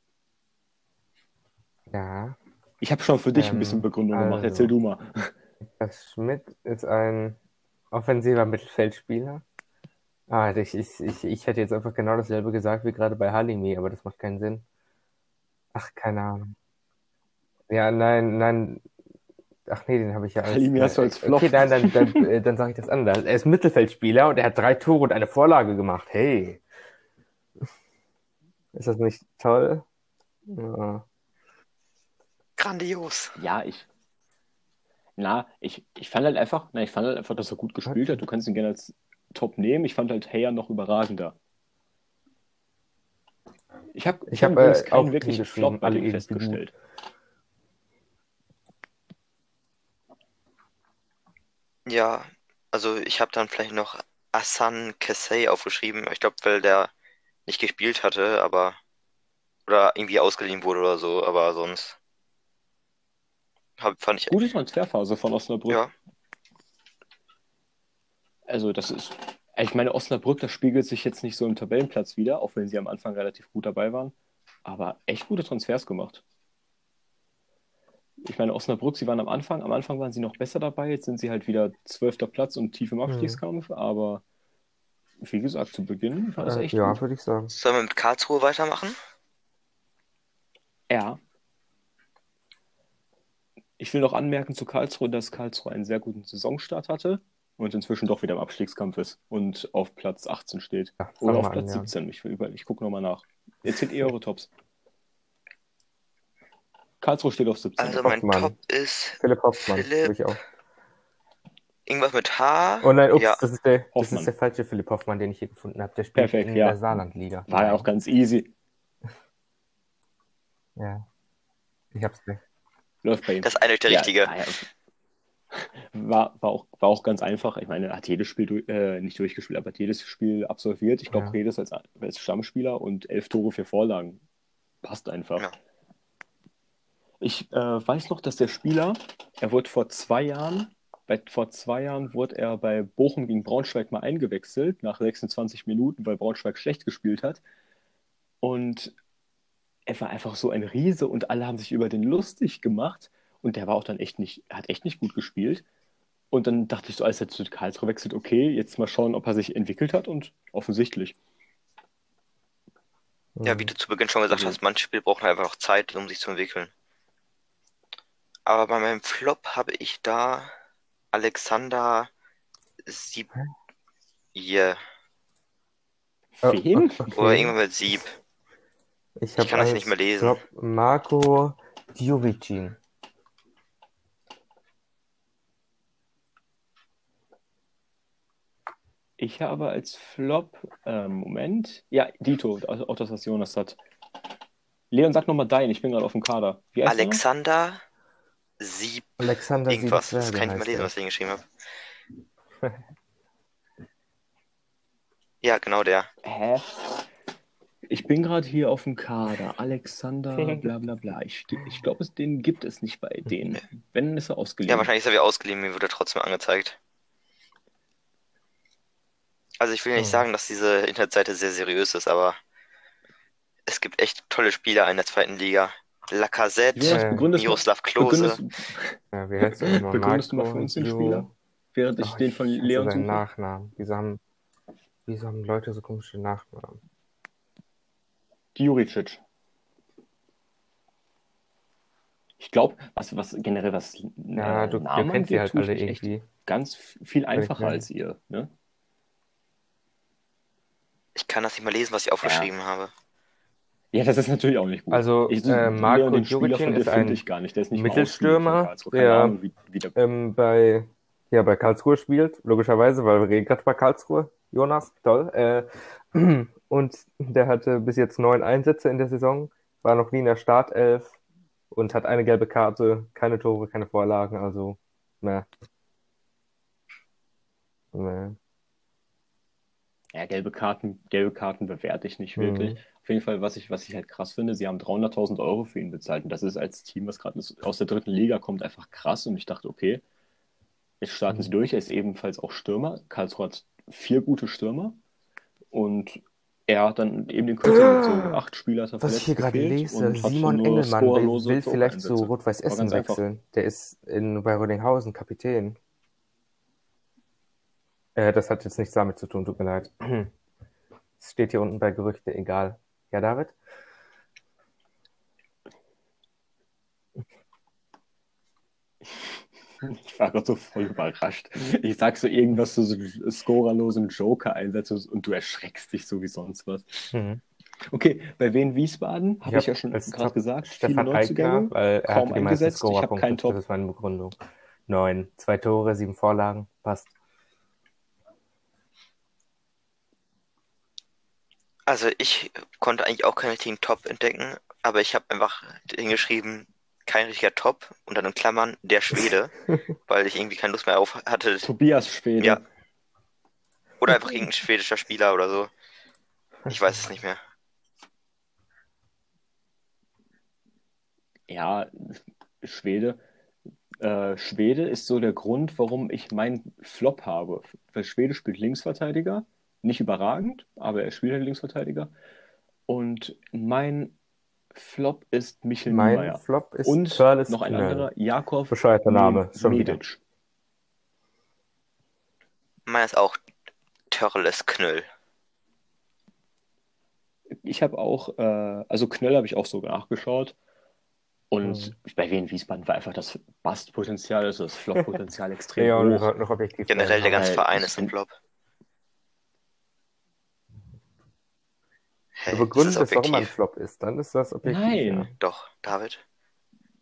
Ja. Ich habe schon für dich ein bisschen Begründung gemacht. also, Erzähl du mal. Niklas Schmidt ist ein offensiver Mittelfeldspieler. Ich hätte jetzt einfach genau dasselbe gesagt wie gerade bei Halimi, aber das macht keinen Sinn. Ach, keine Ahnung. Ja, nein. Ach nee, den habe ich ja als. Halimi hast du als Flop. Okay, dann sage ich das anders. Er ist Mittelfeldspieler und er hat 3 Tore und eine Vorlage gemacht. Hey. Ist das nicht toll? Ja. Grandios. Ja, ich fand halt einfach, dass er gut gespielt hat. Du kannst ihn gerne als Top nehmen. Ich fand halt Heyer noch überragender. Ich hab übrigens keinen wirklichen Flop bei dem festgestellt. Ja, also ich habe dann vielleicht noch Hassan Kessay aufgeschrieben. Ich glaube, weil der nicht gespielt hatte, aber oder irgendwie ausgeliehen wurde oder so, aber sonst fand ich. Gute Transferphase von Osnabrück. Ja. Also ich meine, Osnabrück, das spiegelt sich jetzt nicht so im Tabellenplatz wieder, auch wenn sie am Anfang relativ gut dabei waren. Aber echt gute Transfers gemacht. Ich meine, Osnabrück, sie waren am Anfang waren sie noch besser dabei, jetzt sind sie halt wieder 12. Platz und tief im Abstiegskampf, aber wie gesagt, zu Beginn war das echt Ja, gut. würde ich sagen. Sollen wir mit Karlsruhe weitermachen? Ja. Ich will noch anmerken zu Karlsruhe, dass Karlsruhe einen sehr guten Saisonstart hatte und inzwischen doch wieder im Abstiegskampf ist und auf Platz 18 steht. Ja, Oder auf fang mal Platz an, ja. 17. Ich gucke nochmal nach. Erzählt ihr eure Tops. Karlsruhe steht auf 17. Also mein Hoffmann. Top ist Philipp Hoffmann. Philipp. Ich auch. Irgendwas mit H. Oh nein, ups, Ja. das ist der Hoffmann. falsche Philipp Hoffmann, den ich hier gefunden habe. Der spielt Perfekt, in ja. der Saarlandliga. War ja auch ganz easy. Ja. Ich hab's nicht. Läuft bei ihm. Das ist eigentlich der Richtige. War auch ganz einfach. Ich meine, er hat jedes Spiel nicht durchgespielt, aber hat jedes Spiel absolviert. Ich glaube, jedes als Stammspieler und 11 Tore, 4 Vorlagen. Passt einfach. Ja. Ich weiß noch, dass der Spieler, er wurde vor 2 Jahren wurde er bei Bochum gegen Braunschweig mal eingewechselt, nach 26 Minuten, weil Braunschweig schlecht gespielt hat. Und er war einfach so ein Riese und alle haben sich über den lustig gemacht. Und der war auch dann hat echt nicht gut gespielt. Und dann dachte ich so, als er zu Karlsruhe wechselt, okay, jetzt mal schauen, ob er sich entwickelt hat und offensichtlich. Ja, wie du zu Beginn schon gesagt hast, manche Spiele brauchen einfach auch Zeit, um sich zu entwickeln. Aber bei meinem Flop habe ich da Alexander Sieb. Wen? Okay. Oder irgendwann mit Sieb. Ich kann das nicht mehr lesen. Flop Marco Djuricin. Ich habe als Flop, Moment, ja, Dito, also auch das, was Jonas hat. Leon, sag nochmal deinen, ich bin gerade auf dem Kader. Wie heißt Alexander Sieb. Alexander irgendwas. Sieb. Das kann ich nicht mehr lesen, was ich hingeschrieben habe. Ja, genau der. Hä? Ich bin gerade hier auf dem Kader. Alexander, bla bla bla. Ich glaube, den gibt es nicht bei denen. Wenn, ist er ausgeliehen. Ja, wahrscheinlich ist er wieder ausgeliehen, mir wird er trotzdem angezeigt. Also ich will nicht sagen, dass diese Internetseite sehr seriös ist, aber es gibt echt tolle Spieler in der zweiten Liga. Lacazette, Miroslav Klose. Ja, wie heißt der nochmal? Begründest du mal für uns den Spieler? Während ich den von Leon suche. Nachnamen. Wieso haben Leute so komische Nachnamen? Djuricic. Ich glaube, was generell Ja, du Namen kennst sie angeht, halt alle irgendwie. Ganz viel einfacher als ihr, ne? Ich kann das nicht mal lesen, was ich aufgeschrieben habe. Ja, das ist natürlich auch nicht gut. Also Marco Djuricin ist ein Mittelstürmer, der bei Karlsruhe spielt, logischerweise, weil wir reden gerade bei Karlsruhe. Jonas, toll. Und der hatte bis jetzt 9 Einsätze in der Saison, war noch nie in der Startelf und hat eine gelbe Karte, keine Tore, keine Vorlagen, also Ja, gelbe Karten bewerte ich nicht wirklich. Auf jeden Fall, was ich halt krass finde, sie haben 300.000 Euro für ihn bezahlt. Und das ist als Team, was gerade aus der 3. Liga kommt, einfach krass. Und ich dachte, okay, jetzt starten sie durch. Er ist ebenfalls auch Stürmer. Karlsruhe hat 4 gute Stürmer. Und er hat dann eben den Kürzer mit so 8 Spielern verletzt. Was ich hier gerade lese, Simon Engelmann will vielleicht zu Rot-Weiß Essen wechseln. Der ist bei Rödinghausen Kapitän. Das hat jetzt nichts damit zu tun, tut mir leid. Es steht hier unten bei Gerüchte, egal. Ja, David? Ich war gerade so voll überrascht. Ich sag so irgendwas zu so scorerlosen Joker-Einsätze und du erschreckst dich so wie sonst was. Okay, bei Wien Wiesbaden habe ich ja schon gerade gesagt, Stefan viele Neuzugänge, weil er kaum eingesetzt. Ich habe keinen Top. Das ist meine Begründung. 9, 2 Tore, 7 Vorlagen, passt. Also ich konnte eigentlich auch keinen richtigen Top entdecken, aber ich habe einfach hingeschrieben, kein richtiger Top und dann in Klammern der Schwede, weil ich irgendwie keine Lust mehr auf hatte. Tobias Schwede. Ja. Oder einfach irgendein schwedischer Spieler oder so. Ich weiß es nicht mehr. Ja, Schwede. Schwede ist so der Grund, warum ich meinen Flop habe. Weil Schwede spielt Linksverteidiger. Nicht überragend, aber er spielt halt Linksverteidiger. Und mein Flop ist Michel Niemeyer. Mein Flop ist und Törles noch ein anderer, Jakov bescheuerter Name, schon Medic. Meiner ist auch Törles Knöll. Ich habe auch, also Knöll habe ich auch so nachgeschaut. Und bei Wien Wiesbaden war einfach das Bastpotenzial, also das Flop-Potenzial extrem hoch. Wir sollten noch objektiv generell der ganze Verein ist ein Flop. Du begründest, warum man ein Flop ist, dann ist das objektiv. Nein. Ja. Doch, David.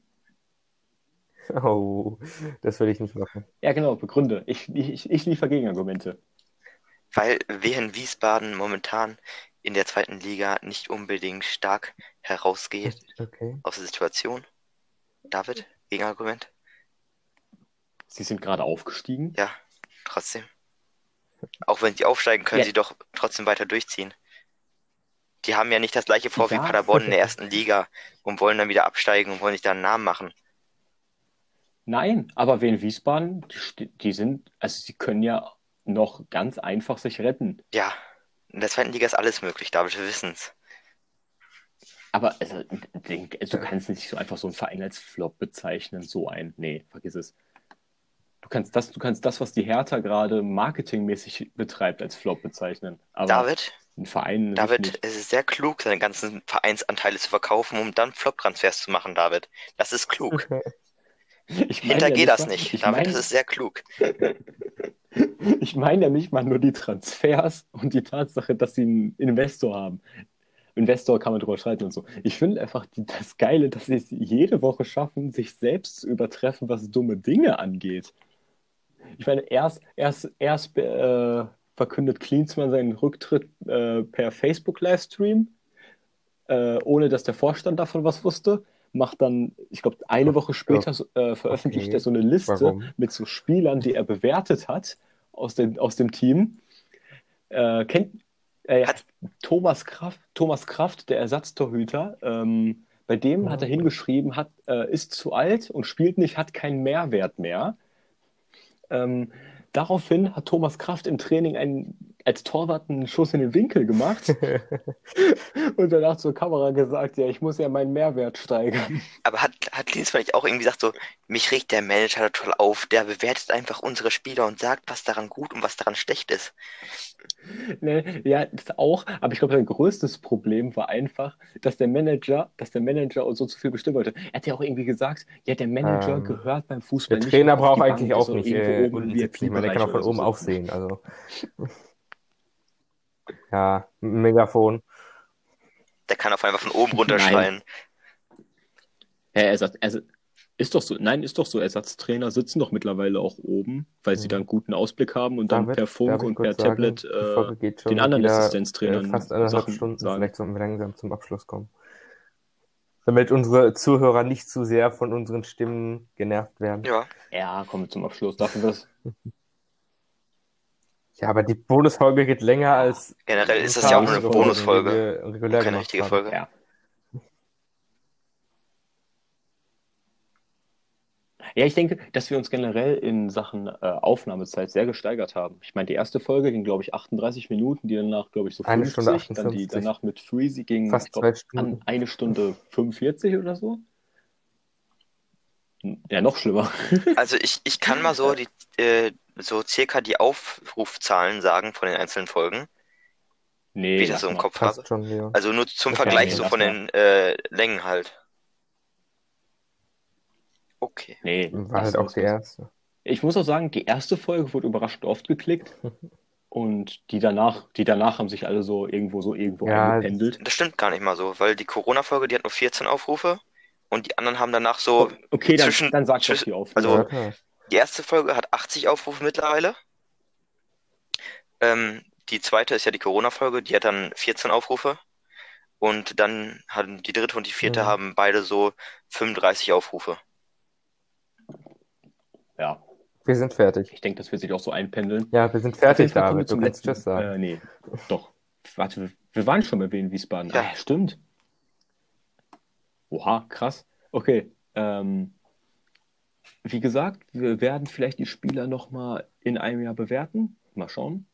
Oh, das will ich nicht machen. Ja, genau, begründe. Ich liefere Gegenargumente. Weil Wien Wiesbaden momentan in der zweiten Liga nicht unbedingt stark herausgeht Okay. aus der Situation. David, Gegenargument? Sie sind gerade aufgestiegen. Ja, trotzdem. Auch wenn sie aufsteigen, können Ja. sie doch trotzdem weiter durchziehen. Die haben ja nicht das gleiche vor wie Ja. Paderborn in der ersten Liga und wollen dann wieder absteigen und wollen sich da einen Namen machen. Nein, aber Wien Wiesbaden, die sind, also sie können ja noch ganz einfach sich retten. Ja, in der zweiten Liga ist alles möglich, David, wir wissen's. Aber also, du kannst nicht so einfach so einen Verein als Flop bezeichnen, nee, vergiss es. Du kannst das, was die Hertha gerade marketingmäßig betreibt, als Flop bezeichnen. Aber David, ein Verein es ist sehr klug, seine ganzen Vereinsanteile zu verkaufen, um dann Flop-Transfers zu machen, David. Das ist klug. Hintergeh das nicht, David, das ist sehr klug. Ich meine ja nicht mal nur die Transfers und die Tatsache, dass sie einen Investor haben. Investor kann man drüber streiten und so. Ich finde einfach das Geile, dass sie es jede Woche schaffen, sich selbst zu übertreffen, was dumme Dinge angeht. Ich meine, erst verkündet Klinsmann seinen Rücktritt per Facebook-Livestream, ohne dass der Vorstand davon was wusste. Macht dann, ich glaube, eine Woche später veröffentlicht er so eine Liste mit so Spielern, die er bewertet hat aus dem Team. Thomas Kraft, der Ersatztorhüter, bei dem hat er hingeschrieben, ist zu alt und spielt nicht, hat keinen Mehrwert mehr. Daraufhin hat Thomas Kraft im Training als Torwart einen Schuss in den Winkel gemacht und danach zur Kamera gesagt, ja, ich muss ja meinen Mehrwert steigern. Aber hat Klinsmann nicht auch irgendwie gesagt, so, mich regt der Manager total auf, der bewertet einfach unsere Spieler und sagt, was daran gut und was daran schlecht ist. Ne, ja, das auch, aber ich glaube, sein größtes Problem war einfach, dass der Manager uns so zu viel bestimmen wollte. Er hat ja auch irgendwie gesagt, ja, der Manager gehört beim Fußball der nicht. Der Trainer braucht eigentlich auch nicht unten sitzen. Ich meine, der kann auch von oben aufsehen. Also. Ja, Megafon. Der kann auch einfach von oben runterschreien. Ist doch so, Ersatztrainer sitzen doch mittlerweile auch oben, weil sie dann einen guten Ausblick haben und dann per Funk und per Tablet den anderen Assistenztrainern fast 1,5 Sachen Stunden, sagen. Vielleicht sollten wir langsam zum Abschluss kommen. Damit unsere Zuhörer nicht zu sehr von unseren Stimmen genervt werden. Ja, kommen wir zum Abschluss. Darf das? Ja, aber die Bonusfolge geht länger als... Generell ist das ja auch eine Bonusfolge. Keine richtige Folge. Ja. Ja, ich denke, dass wir uns generell in Sachen Aufnahmezeit sehr gesteigert haben. Ich meine, die erste Folge ging, glaube ich, 38 Minuten, die danach, glaube ich, so 50. 1 Stunde 58. Dann die danach mit Freezy ging, fast 2 Stunden. 1 Stunde 45 oder so. Ja, noch schlimmer. Also ich kann mal so so circa die Aufrufzahlen sagen von den einzelnen Folgen. Nee, wie ich das so im Kopf habe. Ja. Also nur zum Vergleich so von den Längen halt. Okay. Nee, war halt auch die erste. Ich muss auch sagen, die erste Folge wurde überraschend oft geklickt. Und die danach haben sich alle so irgendwo eingependelt. Das stimmt gar nicht mal so, weil die Corona-Folge, die hat nur 14 Aufrufe und die anderen haben danach so okay, dann sag doch die Aufrufe. Also die erste Folge hat 80 Aufrufe mittlerweile. Die zweite ist ja die Corona-Folge, die hat dann 14 Aufrufe. Und dann haben die dritte und die vierte haben beide so 35 Aufrufe. Ja. Wir sind fertig. Ich denke, das wird sich auch so einpendeln. Ja, wir sind fertig, David. Du kannst Tschüss sagen. Nee, doch. Warte, wir waren schon bei Wien Wiesbaden. Ja. Ah, stimmt. Oha, krass. Okay. Wie gesagt, wir werden vielleicht die Spieler nochmal in einem Jahr bewerten. Mal schauen.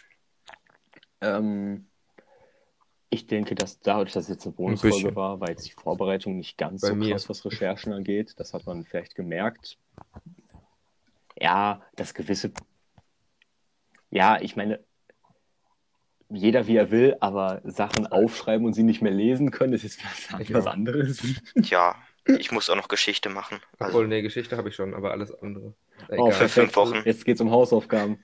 Ich denke, dass dadurch, dass es jetzt eine Bonusfolge war, war jetzt die Vorbereitung nicht ganz so krass, was Recherchen angeht. Das hat man vielleicht gemerkt. Ja, das gewisse... Ja, ich meine, jeder wie er will, aber Sachen aufschreiben und sie nicht mehr lesen können, ist jetzt was anderes. Ja, ich muss auch noch Geschichte machen. Obwohl, nee, Geschichte habe ich schon, aber alles andere. Oh, für 5 Wochen. Jetzt geht's um Hausaufgaben.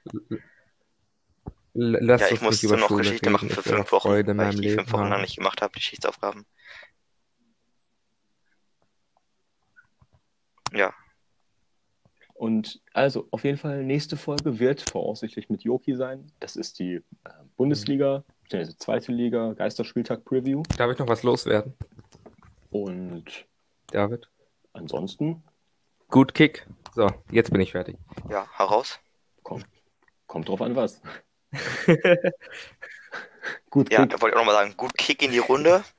Ich musste noch Geschichte machen für 5 Wochen, weil ich die 5 Wochen lang nicht gemacht habe, die Geschichtsaufgaben. Ja. Und also auf jeden Fall, nächste Folge wird voraussichtlich mit Joki sein. Das ist die Bundesliga, also zweite Liga, Geisterspieltag-Preview. Darf ich noch was loswerden? Und David? Ansonsten? Gut Kick. So, jetzt bin ich fertig. Ja, heraus. Kommt drauf an, was. Gut Kick. Ja, da wollte ich auch nochmal sagen, gut Kick in die Runde.